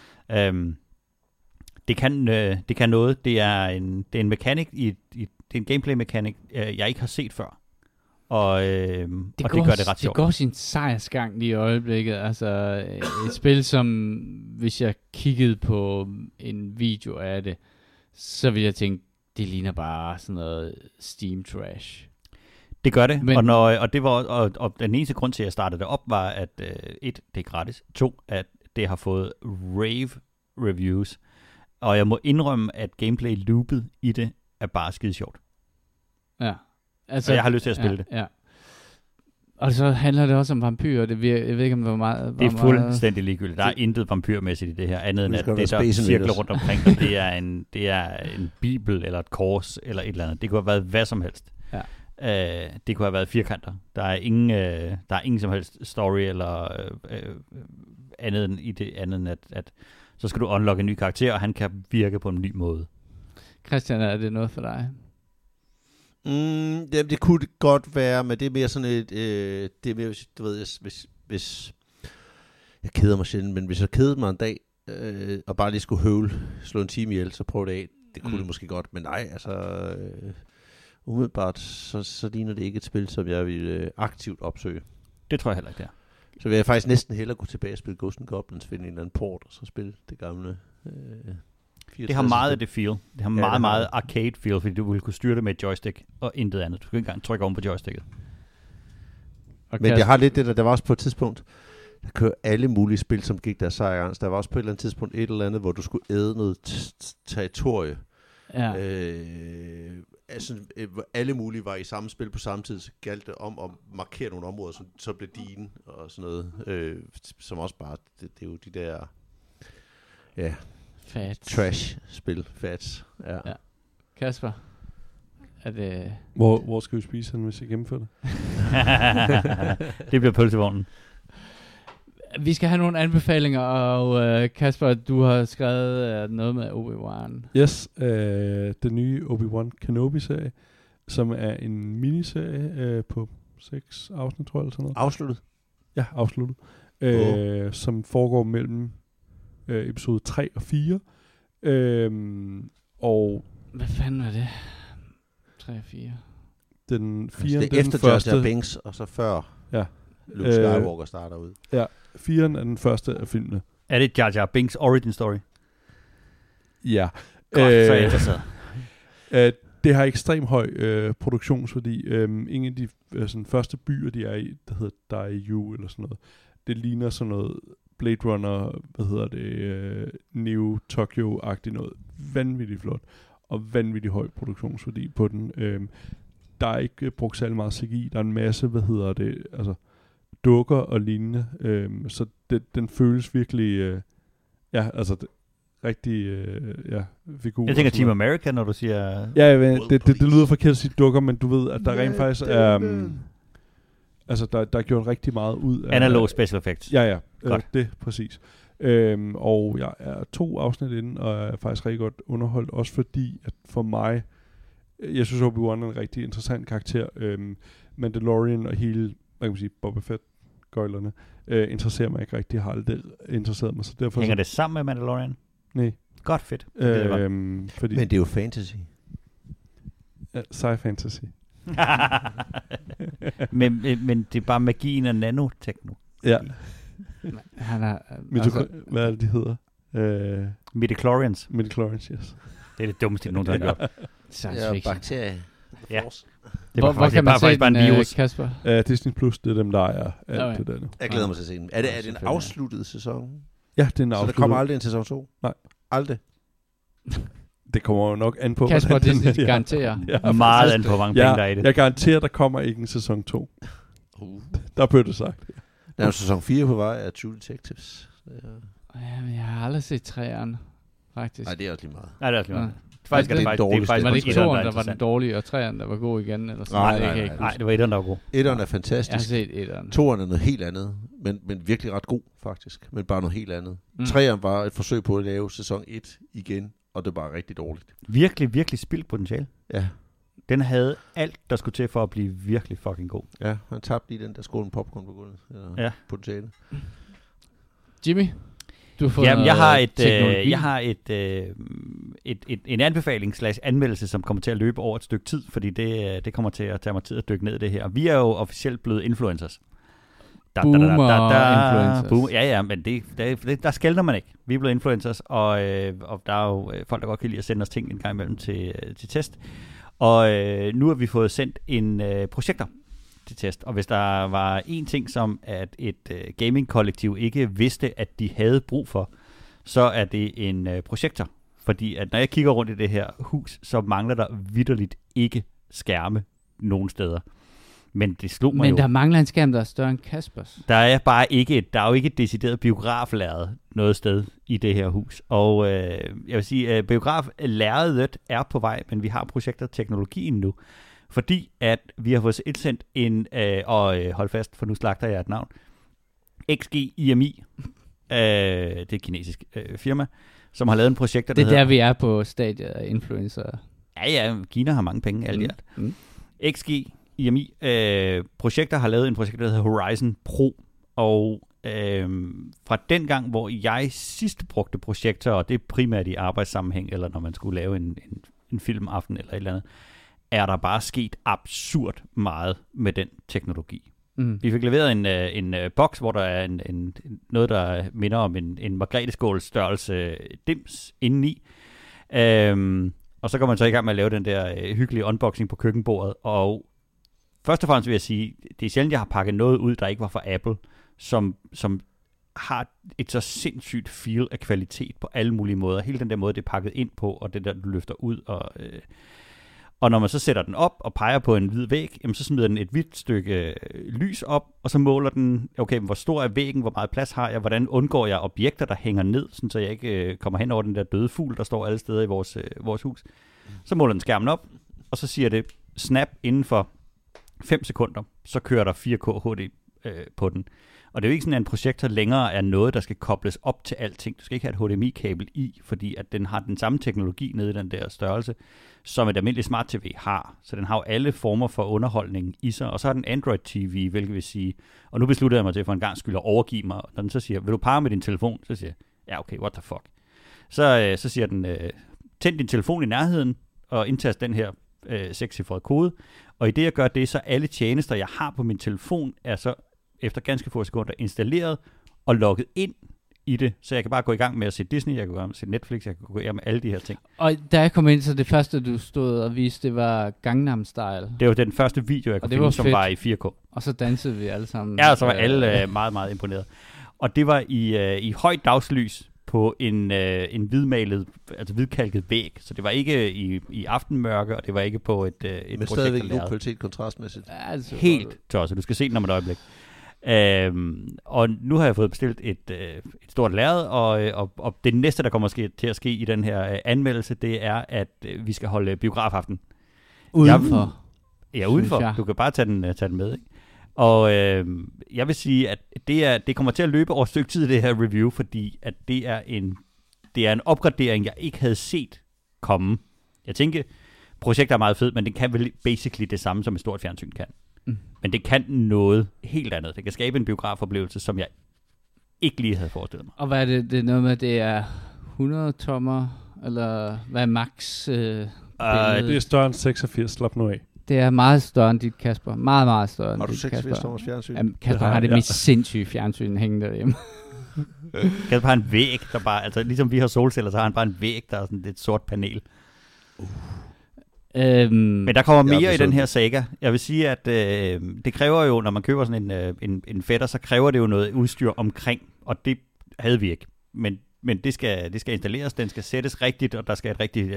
Speaker 2: Det kan noget. Det er en mekanik, det er en gameplay mekanik, jeg ikke har set før. Og det gør det ret sjovt.
Speaker 1: Det går sin sejrsgang lige i øjeblikket. Altså et spil, som hvis jeg kiggede på en video af det, så ville jeg tænke, det ligner bare sådan noget Steam trash.
Speaker 2: Det gør det, og det var og den eneste grund til, at jeg startede det op, var, at 1, det er gratis, 2, at det har fået rave reviews, og jeg må indrømme, at gameplay-loopet i det er bare skide sjovt.
Speaker 1: Ja. Altså,
Speaker 2: og jeg har lyst til at spille det.
Speaker 1: Ja. Og så handler det også om vampyrer, jeg ved ikke, om hvor meget...
Speaker 2: Det er fuldstændig ligegyldigt. Der er intet vampyrmæssigt i det her, andet end at det, der cirkler rundt omkring, og det er en bibel, eller et kors, eller et eller andet. Det kunne have været hvad som helst.
Speaker 1: Ja.
Speaker 2: Det kunne have været firkanter. Der er ingen som helst story eller andet end i det andet end at så skal du unlocke en ny karakter, og han kan virke på en ny måde.
Speaker 1: Christian, er det noget for dig?
Speaker 3: Jamen, det kunne det godt være, men det er mere sådan et det er mere, du ved, hvis jeg keder mig sjældent, men hvis jeg kedede mig en dag og bare lige skulle slå en time ihjel, så prøv det af. Det kunne det måske godt, men nej, altså umiddelbart, så ligner det ikke et spil, som jeg vil aktivt opsøge.
Speaker 2: Det tror jeg heller ikke, det er.
Speaker 3: Så vil jeg faktisk næsten hellere gå tilbage og spille Ghosts and Goblins, finde en eller anden port, og så spille det gamle 64.
Speaker 2: Det har meget af det feel. Det har meget arcade feel, fordi du vil kunne styre det med et joystick og intet andet. Du kan ikke engang trykke om på joysticket.
Speaker 3: Okay. Men jeg har lidt det der var også på et tidspunkt, der kører alle mulige spil, som gik der sejrens. Der var også på et eller andet tidspunkt et eller andet, hvor du skulle æde noget territorie.
Speaker 1: Ja.
Speaker 3: Alle mulige var i samme spil på samme tid, så galt det om at markere nogle områder, som så blev dine og sådan noget. Som også bare, det er jo de der trash-spil, fats. Ja.
Speaker 1: Kasper, er det...
Speaker 4: Hvor skal vi spise den, hvis jeg gennemfører det?
Speaker 2: Det bliver pølsevognen.
Speaker 1: Vi skal have nogle anbefalinger, og Kasper, du har skrevet noget med Obi-Wan.
Speaker 4: Yes, den nye Obi-Wan Kenobi-serie, som er en miniserie på 6 afsnit, tror jeg, eller sådan noget.
Speaker 3: Afsluttet?
Speaker 4: Ja, afsluttet. Som foregår mellem episode 3 og 4. Og
Speaker 1: hvad fanden var det? 3 og 4?
Speaker 4: Den 4.
Speaker 3: Altså det er efter Jar Jar Binks, og så før Luke Skywalker starter ud.
Speaker 4: Ja, 4 er den første af filmene.
Speaker 2: Er det Jar Jar Binks origin story?
Speaker 4: Ja.
Speaker 2: Godt, så er jeg interesseret.
Speaker 4: Det har ekstremt høj produktionsværdi. Ingen af de sådan, første byer, de er i, der hedder Daiju eller sådan noget, det ligner sådan noget Blade Runner, New Tokyo-agtigt noget. Vanvittigt flot. Og vanvittigt høj produktionsværdi på den. Der er ikke brugt særlig meget CGI. Der er en masse, dukker og lignende. Så den føles virkelig, rigtig figur.
Speaker 2: Jeg tænker Team America, når du siger...
Speaker 4: Ja, det lyder forkert at sige dukker, men du ved, at der rent faktisk er... der er gjort rigtig meget ud af...
Speaker 2: Analog special effects.
Speaker 4: Ja, det præcis. Og jeg er 2 afsnit inde, og er faktisk rigtig godt underholdt, også fordi, at for mig, jeg synes, Obi-Wan er en rigtig interessant karakter. Mandalorian og hele, Boba Fett-gøjlerne, interesserer mig ikke rigtig, har aldrig interesseret mig. Så derfor
Speaker 2: hænger det sammen med Mandalorian?
Speaker 4: Nej.
Speaker 2: Godt fedt.
Speaker 3: Fordi men det er jo fantasy.
Speaker 4: Ja, sci-fantasy.
Speaker 2: men det er bare magien af nanotekno.
Speaker 4: Ja. Hvad er det, de hedder?
Speaker 2: Midichlorians.
Speaker 4: Midichlorians, yes.
Speaker 2: Det er det dummeste, jeg nogensinde har gjort.
Speaker 3: Ja, bakterier.
Speaker 2: Ja.
Speaker 1: Hvor kan man se den, Kasper?
Speaker 4: Disney Plus, det er dem, der ejer alt det der nu.
Speaker 3: Jeg glæder mig til at se den. Er det en afsluttet sæson?
Speaker 4: Ja, det er en afsluttet.
Speaker 3: Så der kommer aldrig en sæson 2?
Speaker 4: Nej.
Speaker 3: Aldrig?
Speaker 4: Det kommer jo nok an på...
Speaker 1: Kasper, det garanterer.
Speaker 2: Ja, meget an på, hvor mange penge der er i det.
Speaker 4: Jeg garanterer, der kommer ikke en sæson 2. Der blev det sagt.
Speaker 3: Der er jo sæson 4 på vej af True Detectives.
Speaker 1: Ja, men jeg har aldrig set 3'eren, faktisk.
Speaker 3: Nej, det er også lige meget.
Speaker 2: Nej, det er også lige meget.
Speaker 1: Var det ikke 2'eren, der var den dårlige, og 3'eren, der var god igen? Eller sådan?
Speaker 2: Nej, det var 1'eren, der var god.
Speaker 3: 1'eren er fantastisk.
Speaker 1: Jeg har set 1'eren.
Speaker 3: 2'eren er noget helt andet, men virkelig ret god, faktisk. Men bare noget helt andet. 3'eren var et forsøg på at lave sæson 1 igen, og det var rigtig dårligt.
Speaker 2: Virkelig, virkelig spildt potentiale.
Speaker 3: Ja. Den
Speaker 2: havde alt, der skulle til for at blive virkelig fucking god.
Speaker 3: Ja, han tabte lige den der skål med popcorn på gulvet. Ja. Potentiale.
Speaker 1: Jimmy?
Speaker 2: Jeg har en anbefaling / anmeldelse, som kommer til at løbe over et stykke tid, fordi det kommer til at tage mig tid at dykke ned i det her. Vi er jo officielt blevet influencers.
Speaker 1: Influencers.
Speaker 2: Ja, men der skelner man ikke. Vi er blevet influencers, og der er jo folk, der godt kan lide at sende os ting en gang imellem til test. Og nu har vi fået sendt en projekter til test, og hvis der var en ting, som at et gaming-kollektiv ikke vidste, at de havde brug for, så er det en projektor. Fordi at når jeg kigger rundt i det her hus, så mangler der vitterligt ikke skærme nogen steder. Men det slog mig
Speaker 1: Men der mangler en skærm, der er større end Kaspers.
Speaker 2: Der er jo ikke et decideret biograflærred noget sted i det her hus. Og jeg vil sige, at biograflærredet er på vej, men vi har projektorteknologien nu. Fordi at vi har fået indsendt og hold fast, for nu slagter jeg et navn, XG IMI, det er et kinesisk firma, som har lavet en projektor,
Speaker 1: det er der, vi er på stadiet af influencer.
Speaker 2: Ja, Kina har mange penge, alt i alt. XG IMI projekter har lavet en projekt, der hedder Horizon Pro, og fra den gang, hvor jeg sidst brugte projekter, og det er primært i arbejdssammenhæng, eller når man skulle lave en filmaften eller et eller andet, er der bare sket absurd meget med den teknologi. Vi fik leveret en boks, hvor der er noget, der minder om en margreteskål størrelse dims indeni. Og så går man så i gang med at lave den der hyggelige unboxing på køkkenbordet. Og først og fremmest vil jeg sige, det er sjældent, jeg har pakket noget ud, der ikke var fra Apple, som har et så sindssygt feel af kvalitet på alle mulige måder. Hele den der måde, det er pakket ind på, og det der, du løfter ud. Og når man så sætter den op og peger på en hvid væg, jamen så smider den et hvidt stykke lys op, og så måler den, okay, hvor stor er væggen, hvor meget plads har jeg, hvordan undgår jeg objekter, der hænger ned, sådan så jeg ikke kommer hen over den der døde fugl, der står alle steder i vores hus. Så måler den skærmen op, og så siger det snap inden for 5 sekunder, så kører der 4K HD på den. Og det er jo ikke sådan, at en projektor længere er noget, der skal kobles op til alting. Du skal ikke have et HDMI-kabel i, fordi at den har den samme teknologi nede i den der størrelse, som et almindeligt smart-TV har. Så den har jo alle former for underholdning i sig. Og så har den Android-TV, hvilket vil sige, og nu beslutter jeg mig til for en gang skyld at overgive mig. Og når den så siger, vil du parre med din telefon? Så siger jeg, ja okay, what the fuck. Så siger den, tænd din telefon i nærheden, og indtast den her 6-cifrede kode. Og i det jeg gør det, så alle tjenester, jeg har på min telefon, er så efter ganske få sekunder installeret og logget ind i det, så jeg kan bare gå i gang med at se Disney, jeg kan gå i gang med at se Netflix, jeg kan gå i gang med alle de her ting.
Speaker 1: Og da jeg kom ind, så det første, du stod og viste, det var Gangnam Style.
Speaker 2: Det var den første video, jeg kunne finde, som var i 4K.
Speaker 1: Og så dansede vi alle sammen.
Speaker 2: Ja, og så var alle meget, meget imponeret. Og det var i højt dagslys på en hvidmalet, altså hvidkalket væg, så det var ikke i aftenmørke, og det var ikke på et projekt.
Speaker 3: Men stadigvæk god kvalitet kontrastmæssigt.
Speaker 1: Ja, altså,
Speaker 2: helt tosset, du skal se den om et øjeblik. Og nu har jeg fået bestilt et stort lærred, og det næste, der kommer til at ske i den her anmeldelse, det er, at vi skal holde biografaften.
Speaker 1: Udenfor?
Speaker 2: Ja, udenfor. Du kan bare tage den med, ikke? Og jeg vil sige, at det kommer til at løbe over et stykke tid, det her review, fordi at det er en opgradering, jeg ikke havde set komme. Jeg tænker, projektet er meget fedt, men det kan vel basically det samme, som et stort fjernsyn kan. Men det kan noget helt andet. Det kan skabe en biografoplevelse, som jeg ikke lige havde forestillet mig.
Speaker 1: Og hvad er det? Det er noget med, det er 100 tommer, eller hvad er max? Det
Speaker 4: er større end 86, slap nu af.
Speaker 1: Det er meget større end dit, Kasper. Meget, meget større end
Speaker 3: dit,
Speaker 1: Kasper.
Speaker 3: Har du 86 tommers fjernsyn?
Speaker 1: Jamen, Kasper har det mest sindssyge fjernsyn hængende derhjemme.
Speaker 2: Kasper har en væg, der bare, altså ligesom vi har solceller, så har han bare en væg, der er sådan et sort panel. Men der kommer mere i den her saga. Jeg vil sige, at det kræver jo, når man køber sådan en fætter, så kræver det jo noget udstyr omkring, og det havde vi ikke. Men det skal installeres, den skal sættes rigtigt, og der skal et rigtigt,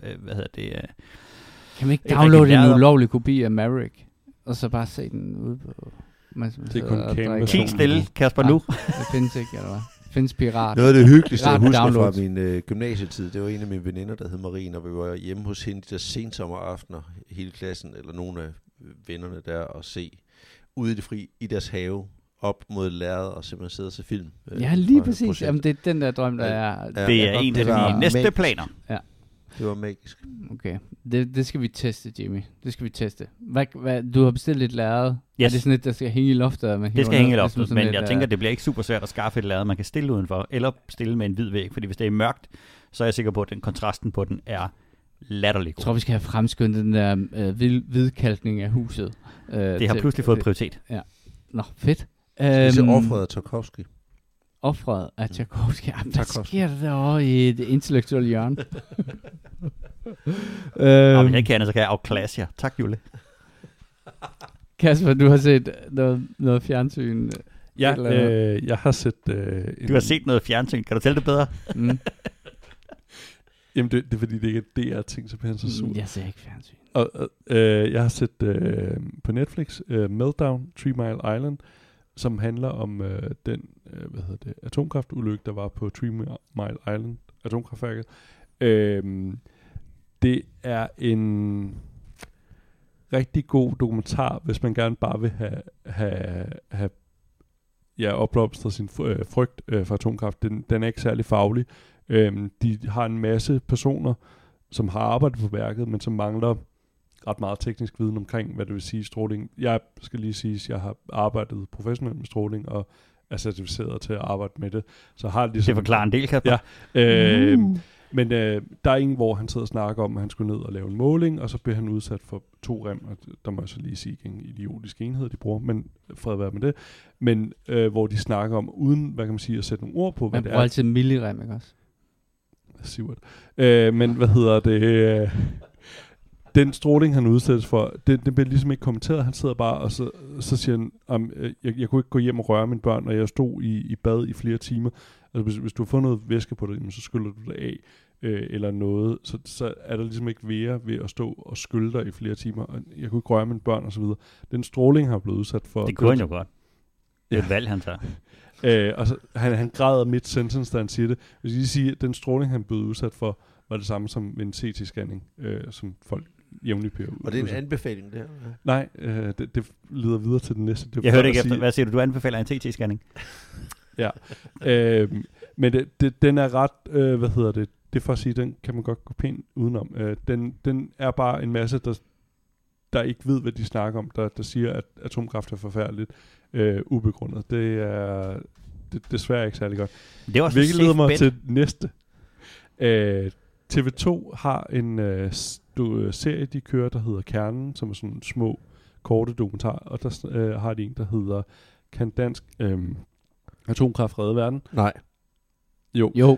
Speaker 1: kan man ikke downloade en ulovlig kopi af Maverick, og så bare se den ude på...
Speaker 4: Det er kun kamera.
Speaker 2: Kig stille, Kasper, nu.
Speaker 1: Det findes ikke, eller hvad? Det findes pirat.
Speaker 3: Noget af det hyggeligste, jeg husker fra min gymnasietid, det var en af mine veninder, der hed Marie, og vi var hjemme hos hende de der sensommeraftener, hele klassen, eller nogle af vennerne der, og se ude i det fri, i deres have, op mod lærredet, og simpelthen sidde og se film.
Speaker 1: Ja, lige præcis. Jamen, det er den der drøm, der er...
Speaker 2: Ja, det er en af de næste planer.
Speaker 1: Ja.
Speaker 3: Det var magisk.
Speaker 1: Okay, det skal vi teste, Jimmy. Det skal vi teste. Du har bestilt et lærred.
Speaker 2: Yes.
Speaker 1: Er det sådan et, der skal hænge i loftet?
Speaker 2: Det skal hænge i loftet, men jeg tænker, det bliver ikke super svært at skaffe et lærred, man kan stille udenfor, eller stille med en hvid væg, fordi hvis det er mørkt, så er jeg sikker på, at den kontrasten på den er latterlig god.
Speaker 1: Jeg tror, vi skal have fremskyndet den der hvidkalkning af huset.
Speaker 2: Det har pludselig fået prioritet.
Speaker 1: Ja. Nå, fedt.
Speaker 3: Det er offret af Tarkovsky.
Speaker 1: Offret af Tarkovsky. Hvad sker der derovre i det intellektuelle hjørne?
Speaker 2: Hvis jeg kan, så kan jeg afklasse jer. Tak, Jule.
Speaker 1: Kasper, du har set noget fjernsyn?
Speaker 4: Ja, jeg har set...
Speaker 2: Du har set noget fjernsyn. Kan du tælle det bedre?
Speaker 4: Jamen, det er fordi, det ikke er DR-ting, så bliver han så sur.
Speaker 1: Jeg ser ikke fjernsyn.
Speaker 4: Og jeg har set på Netflix Meltdown, 3 Mile Island, som handler om den atomkraftulykke, der var på 3 Mile Island, atomkraftværket. Det er en rigtig god dokumentar, hvis man gerne bare vil have opblomstret sin frygt for atomkraft. Den er ikke særlig faglig. De har en masse personer, som har arbejdet på værket, men som mangler ret meget teknisk viden omkring, hvad det vil sige stråling. Jeg skal lige sige, at jeg har arbejdet professionelt med stråling, og er certificeret til at arbejde med det. Så har det
Speaker 2: forklarer en del, Kasper.
Speaker 4: Ja. Men der er en, hvor han sidder og snakker om, at han skulle ned og lave en måling, og så bliver han udsat for 2 rem, og der må jeg så lige sige en idiotisk enhed, de bruger, men fred være med det. Men hvor de snakker om, uden, hvad kan man sige, at sætte nogle ord på, hvad det er.
Speaker 1: Man bruger altid millirem, ikke også?
Speaker 4: Sivert. Men hvad hedder det? Den stråling, han udsættes for, det bliver ligesom ikke kommenteret. Han sidder bare, og så siger han, jeg kunne ikke gå hjem og røre mine børn, og jeg stod i bad i flere timer. Altså, hvis du har fået noget væske på dig, så skyller du det af, eller noget, så er der ligesom ikke ved at stå og skylde dig i flere timer. Og jeg kunne ikke røre mine børn, og så videre. Den stråling har blevet udsat for...
Speaker 2: Det kunne han jo godt. Det er et valg, han tager.
Speaker 4: Og så, han græder midt sentence, da han siger det. Hvis jeg sige, at den stråling, han blev udsat for, var det samme som en CT-scanning, som folk jævnligt pærer ud.
Speaker 3: Og det er en anbefaling, det her?
Speaker 4: Nej, det leder videre til den næste.
Speaker 2: Jeg hørte ikke efter. Hvad siger du? Du anbefaler en CT-scanning?
Speaker 4: Ja. Men den er ret, det er for at sige, den kan man godt gå pænt udenom. Den er bare en masse, der ikke ved, hvad de snakker om, der siger, at atomkraft er forfærdeligt ubegrundet. Det er desværre ikke særlig godt.
Speaker 2: Det var
Speaker 4: hvilket leder mig til næste. TV2 har en serie, de kører, der hedder Kernen, som er sådan små, korte dokumentarer, og der har de en, der hedder Kan dansk atomkraft redde verden?
Speaker 3: Nej.
Speaker 4: Jo.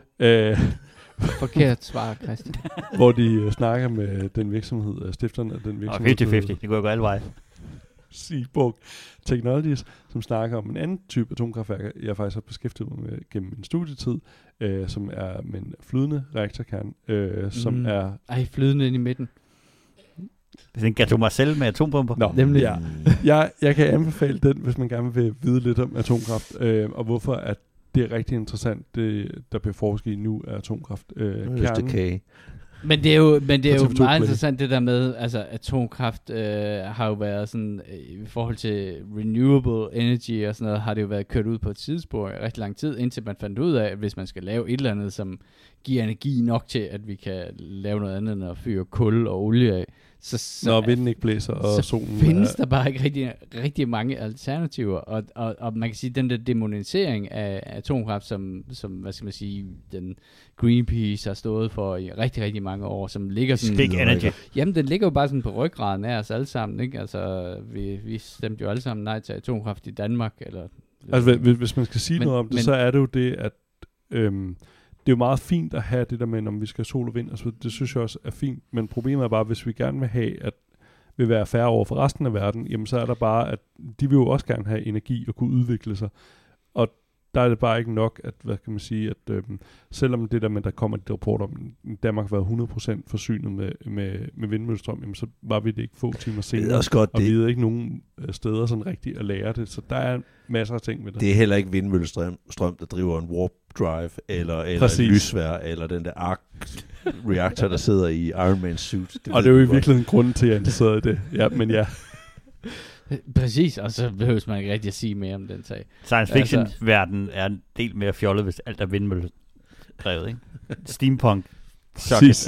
Speaker 1: Forkert svar, Christian.
Speaker 4: Hvor de snakker med den virksomhed, stifterne af den virksomhed.
Speaker 2: 50-50, det kunne jo gå alle veje.
Speaker 4: Seaborg Technologies, som snakker om en anden type atomkraftværker, jeg faktisk har beskæftiget mig med gennem min studietid, som er med en flydende reaktorkerne, som er...
Speaker 1: flydende ind i midten.
Speaker 2: Det er en Gato Marcel med atombomber.
Speaker 4: Nå, nemlig. Ja. Jeg kan anbefale den, hvis man gerne vil vide lidt om atomkraft, og hvorfor at det er rigtig interessant, det, der bliver forsket i nu af atomkraft. Kernen.
Speaker 1: Men det er jo meget interessant det der med, altså atomkraft har jo været sådan, i forhold til renewable energy og sådan noget, har det jo været kørt ud på et sidespor i rigtig lang tid, indtil man fandt ud af, at hvis man skal lave et eller andet, som giver energi nok til, at vi kan lave noget andet end at fyre kul og olie af,
Speaker 4: når vinden ikke blæser og solen
Speaker 1: findes der bare ikke rigtig mange alternativer, og man kan sige, den der demonisering af atomkraft, som hvad skal man sige, den Greenpeace har stået for i rigtig, rigtig mange år, som ligger sådan...
Speaker 2: Big energy.
Speaker 1: Jamen, den ligger jo bare sådan på ryggraden af os alle sammen, ikke? Altså, vi stemte jo alle sammen nej til atomkraft i Danmark, eller...
Speaker 4: Altså, hvis man skal sige noget om det, så er det jo det, at... det er jo meget fint at have det der med, om vi skal have sol og vind, altså, det synes jeg også er fint, men problemet er bare, hvis vi gerne vil have, at vil være færre over for resten af verden, jamen så er der bare, at de vil jo også gerne have energi og kunne udvikle sig, og der er det bare ikke nok, at, hvad kan man sige, at selvom det der med, der kommer et rapport om, Danmark var 100% forsynet med vindmøllestrøm, jamen så var vi det ikke få timer senere, og vi havde ikke nogen steder sådan rigtigt at lære det, så der er masser af ting med det.
Speaker 3: Det er heller ikke vindmøllestrøm, der driver en warp drive, eller en lysvær, eller den der arc reaktor, der sidder i Iron Man's suit.
Speaker 4: Og det er jo i virkeligheden grunden til, at jeg er interesseret i det. Ja, men ja.
Speaker 1: Præcis, og så behøver man ikke rigtig at sige mere om den sag.
Speaker 2: Science fiction-verden er en del mere fjollet, hvis alt er vindmølledrevet, ikke? Steampunk.
Speaker 4: Præcis,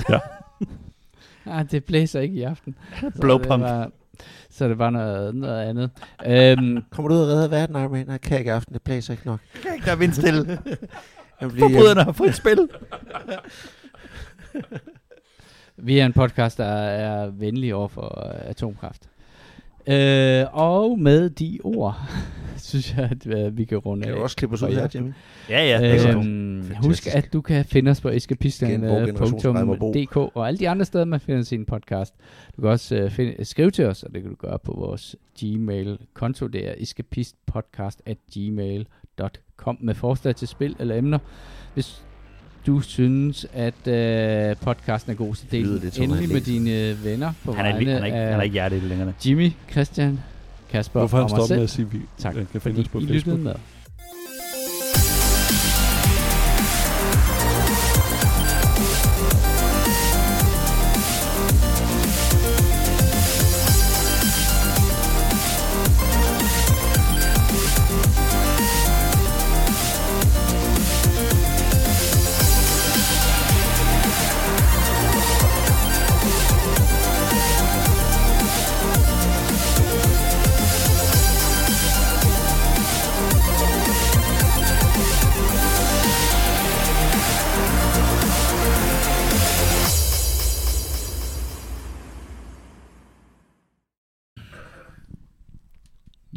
Speaker 4: ja.
Speaker 1: Det blæser ikke i aften.
Speaker 2: Blowpump.
Speaker 1: Så det var noget andet.
Speaker 3: Kommer du ud og redder verden, Iron Man? Nej, kan ikke i aften, det blæser ikke nok.
Speaker 2: Kan ikke, der er vindstille. Forbryderne har fået et spil.
Speaker 1: Vi er en podcast, der er venlig over for atomkraft. Og med de ord, synes jeg, at vi kan runde af.
Speaker 3: Kan du også klippe os ud her, Jimmy?
Speaker 2: Ja.
Speaker 1: Husk, at du kan finde os på eskapisterne.dk og alle de andre steder, man finder sin podcast. Du kan også skrive til os, og det kan du gøre på vores Gmail-konto. Det er escapistpodcast@gmail.com med forslag til spil eller emner. Hvis du synes, at podcasten er god, så del endelig med dine venner på vegne
Speaker 2: af... Han er ikke hjertet længere.
Speaker 1: Jimmy, Christian, Kasper og mig selv.
Speaker 4: Hvorfor han med at sige,
Speaker 1: tak,
Speaker 4: kan
Speaker 1: fordi
Speaker 4: findes på
Speaker 1: I
Speaker 4: Facebook?
Speaker 1: lyttede med.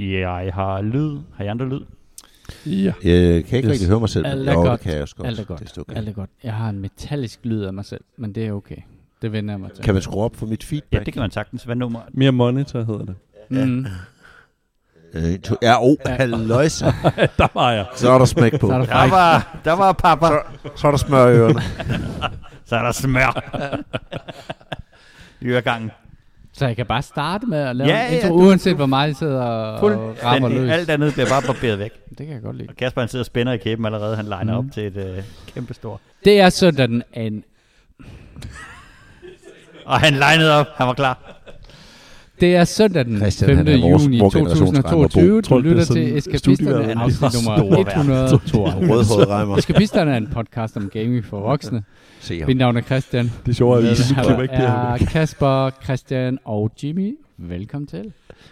Speaker 2: Jeg har lyd. Har I andre lyd?
Speaker 4: Ja.
Speaker 3: Jeg kan ikke rigtig høre mig selv.
Speaker 1: Alt er godt.
Speaker 3: Det kan jeg også godt.
Speaker 1: Alt er godt. Alt er godt. Jeg har en metallisk lyd af mig selv, men det er okay. Det vender jeg mig til.
Speaker 3: Kan man skrue op for mit feedback?
Speaker 2: Ja, det kan man sagtens. Hvad nummer?
Speaker 4: Mere monitor hedder det.
Speaker 1: Mm.
Speaker 3: Halløjsa.
Speaker 4: Der var jeg.
Speaker 3: Så er der smæk på.
Speaker 2: Der var pappa.
Speaker 3: Så er der smør i ørerne.
Speaker 2: Så er der smør. I øregangen.
Speaker 1: Så jeg kan bare starte med at lave en intro, uanset hvor meget jeg sidder og rammer løs.
Speaker 2: Alt andet bliver bare barberet væk.
Speaker 1: Det kan jeg godt lide.
Speaker 2: Og Kasper han sidder og spænder i kæben allerede. Han liner op til et kæmpestort.
Speaker 1: Det er sådan en...
Speaker 2: Og han linede op. Han var klar.
Speaker 1: Det er søndag den 5. juni 2022. Du lytter til Eskapisterne, afsnit nummer 102.
Speaker 3: Rødhåret rejmer.
Speaker 1: Eskapisterne er en podcast om gaming for voksne. Mit navn er Christian.
Speaker 4: Det er sjovt, at vi klipper ikke det
Speaker 1: her. Kasper, Christian og Jimmy. Velkommen til.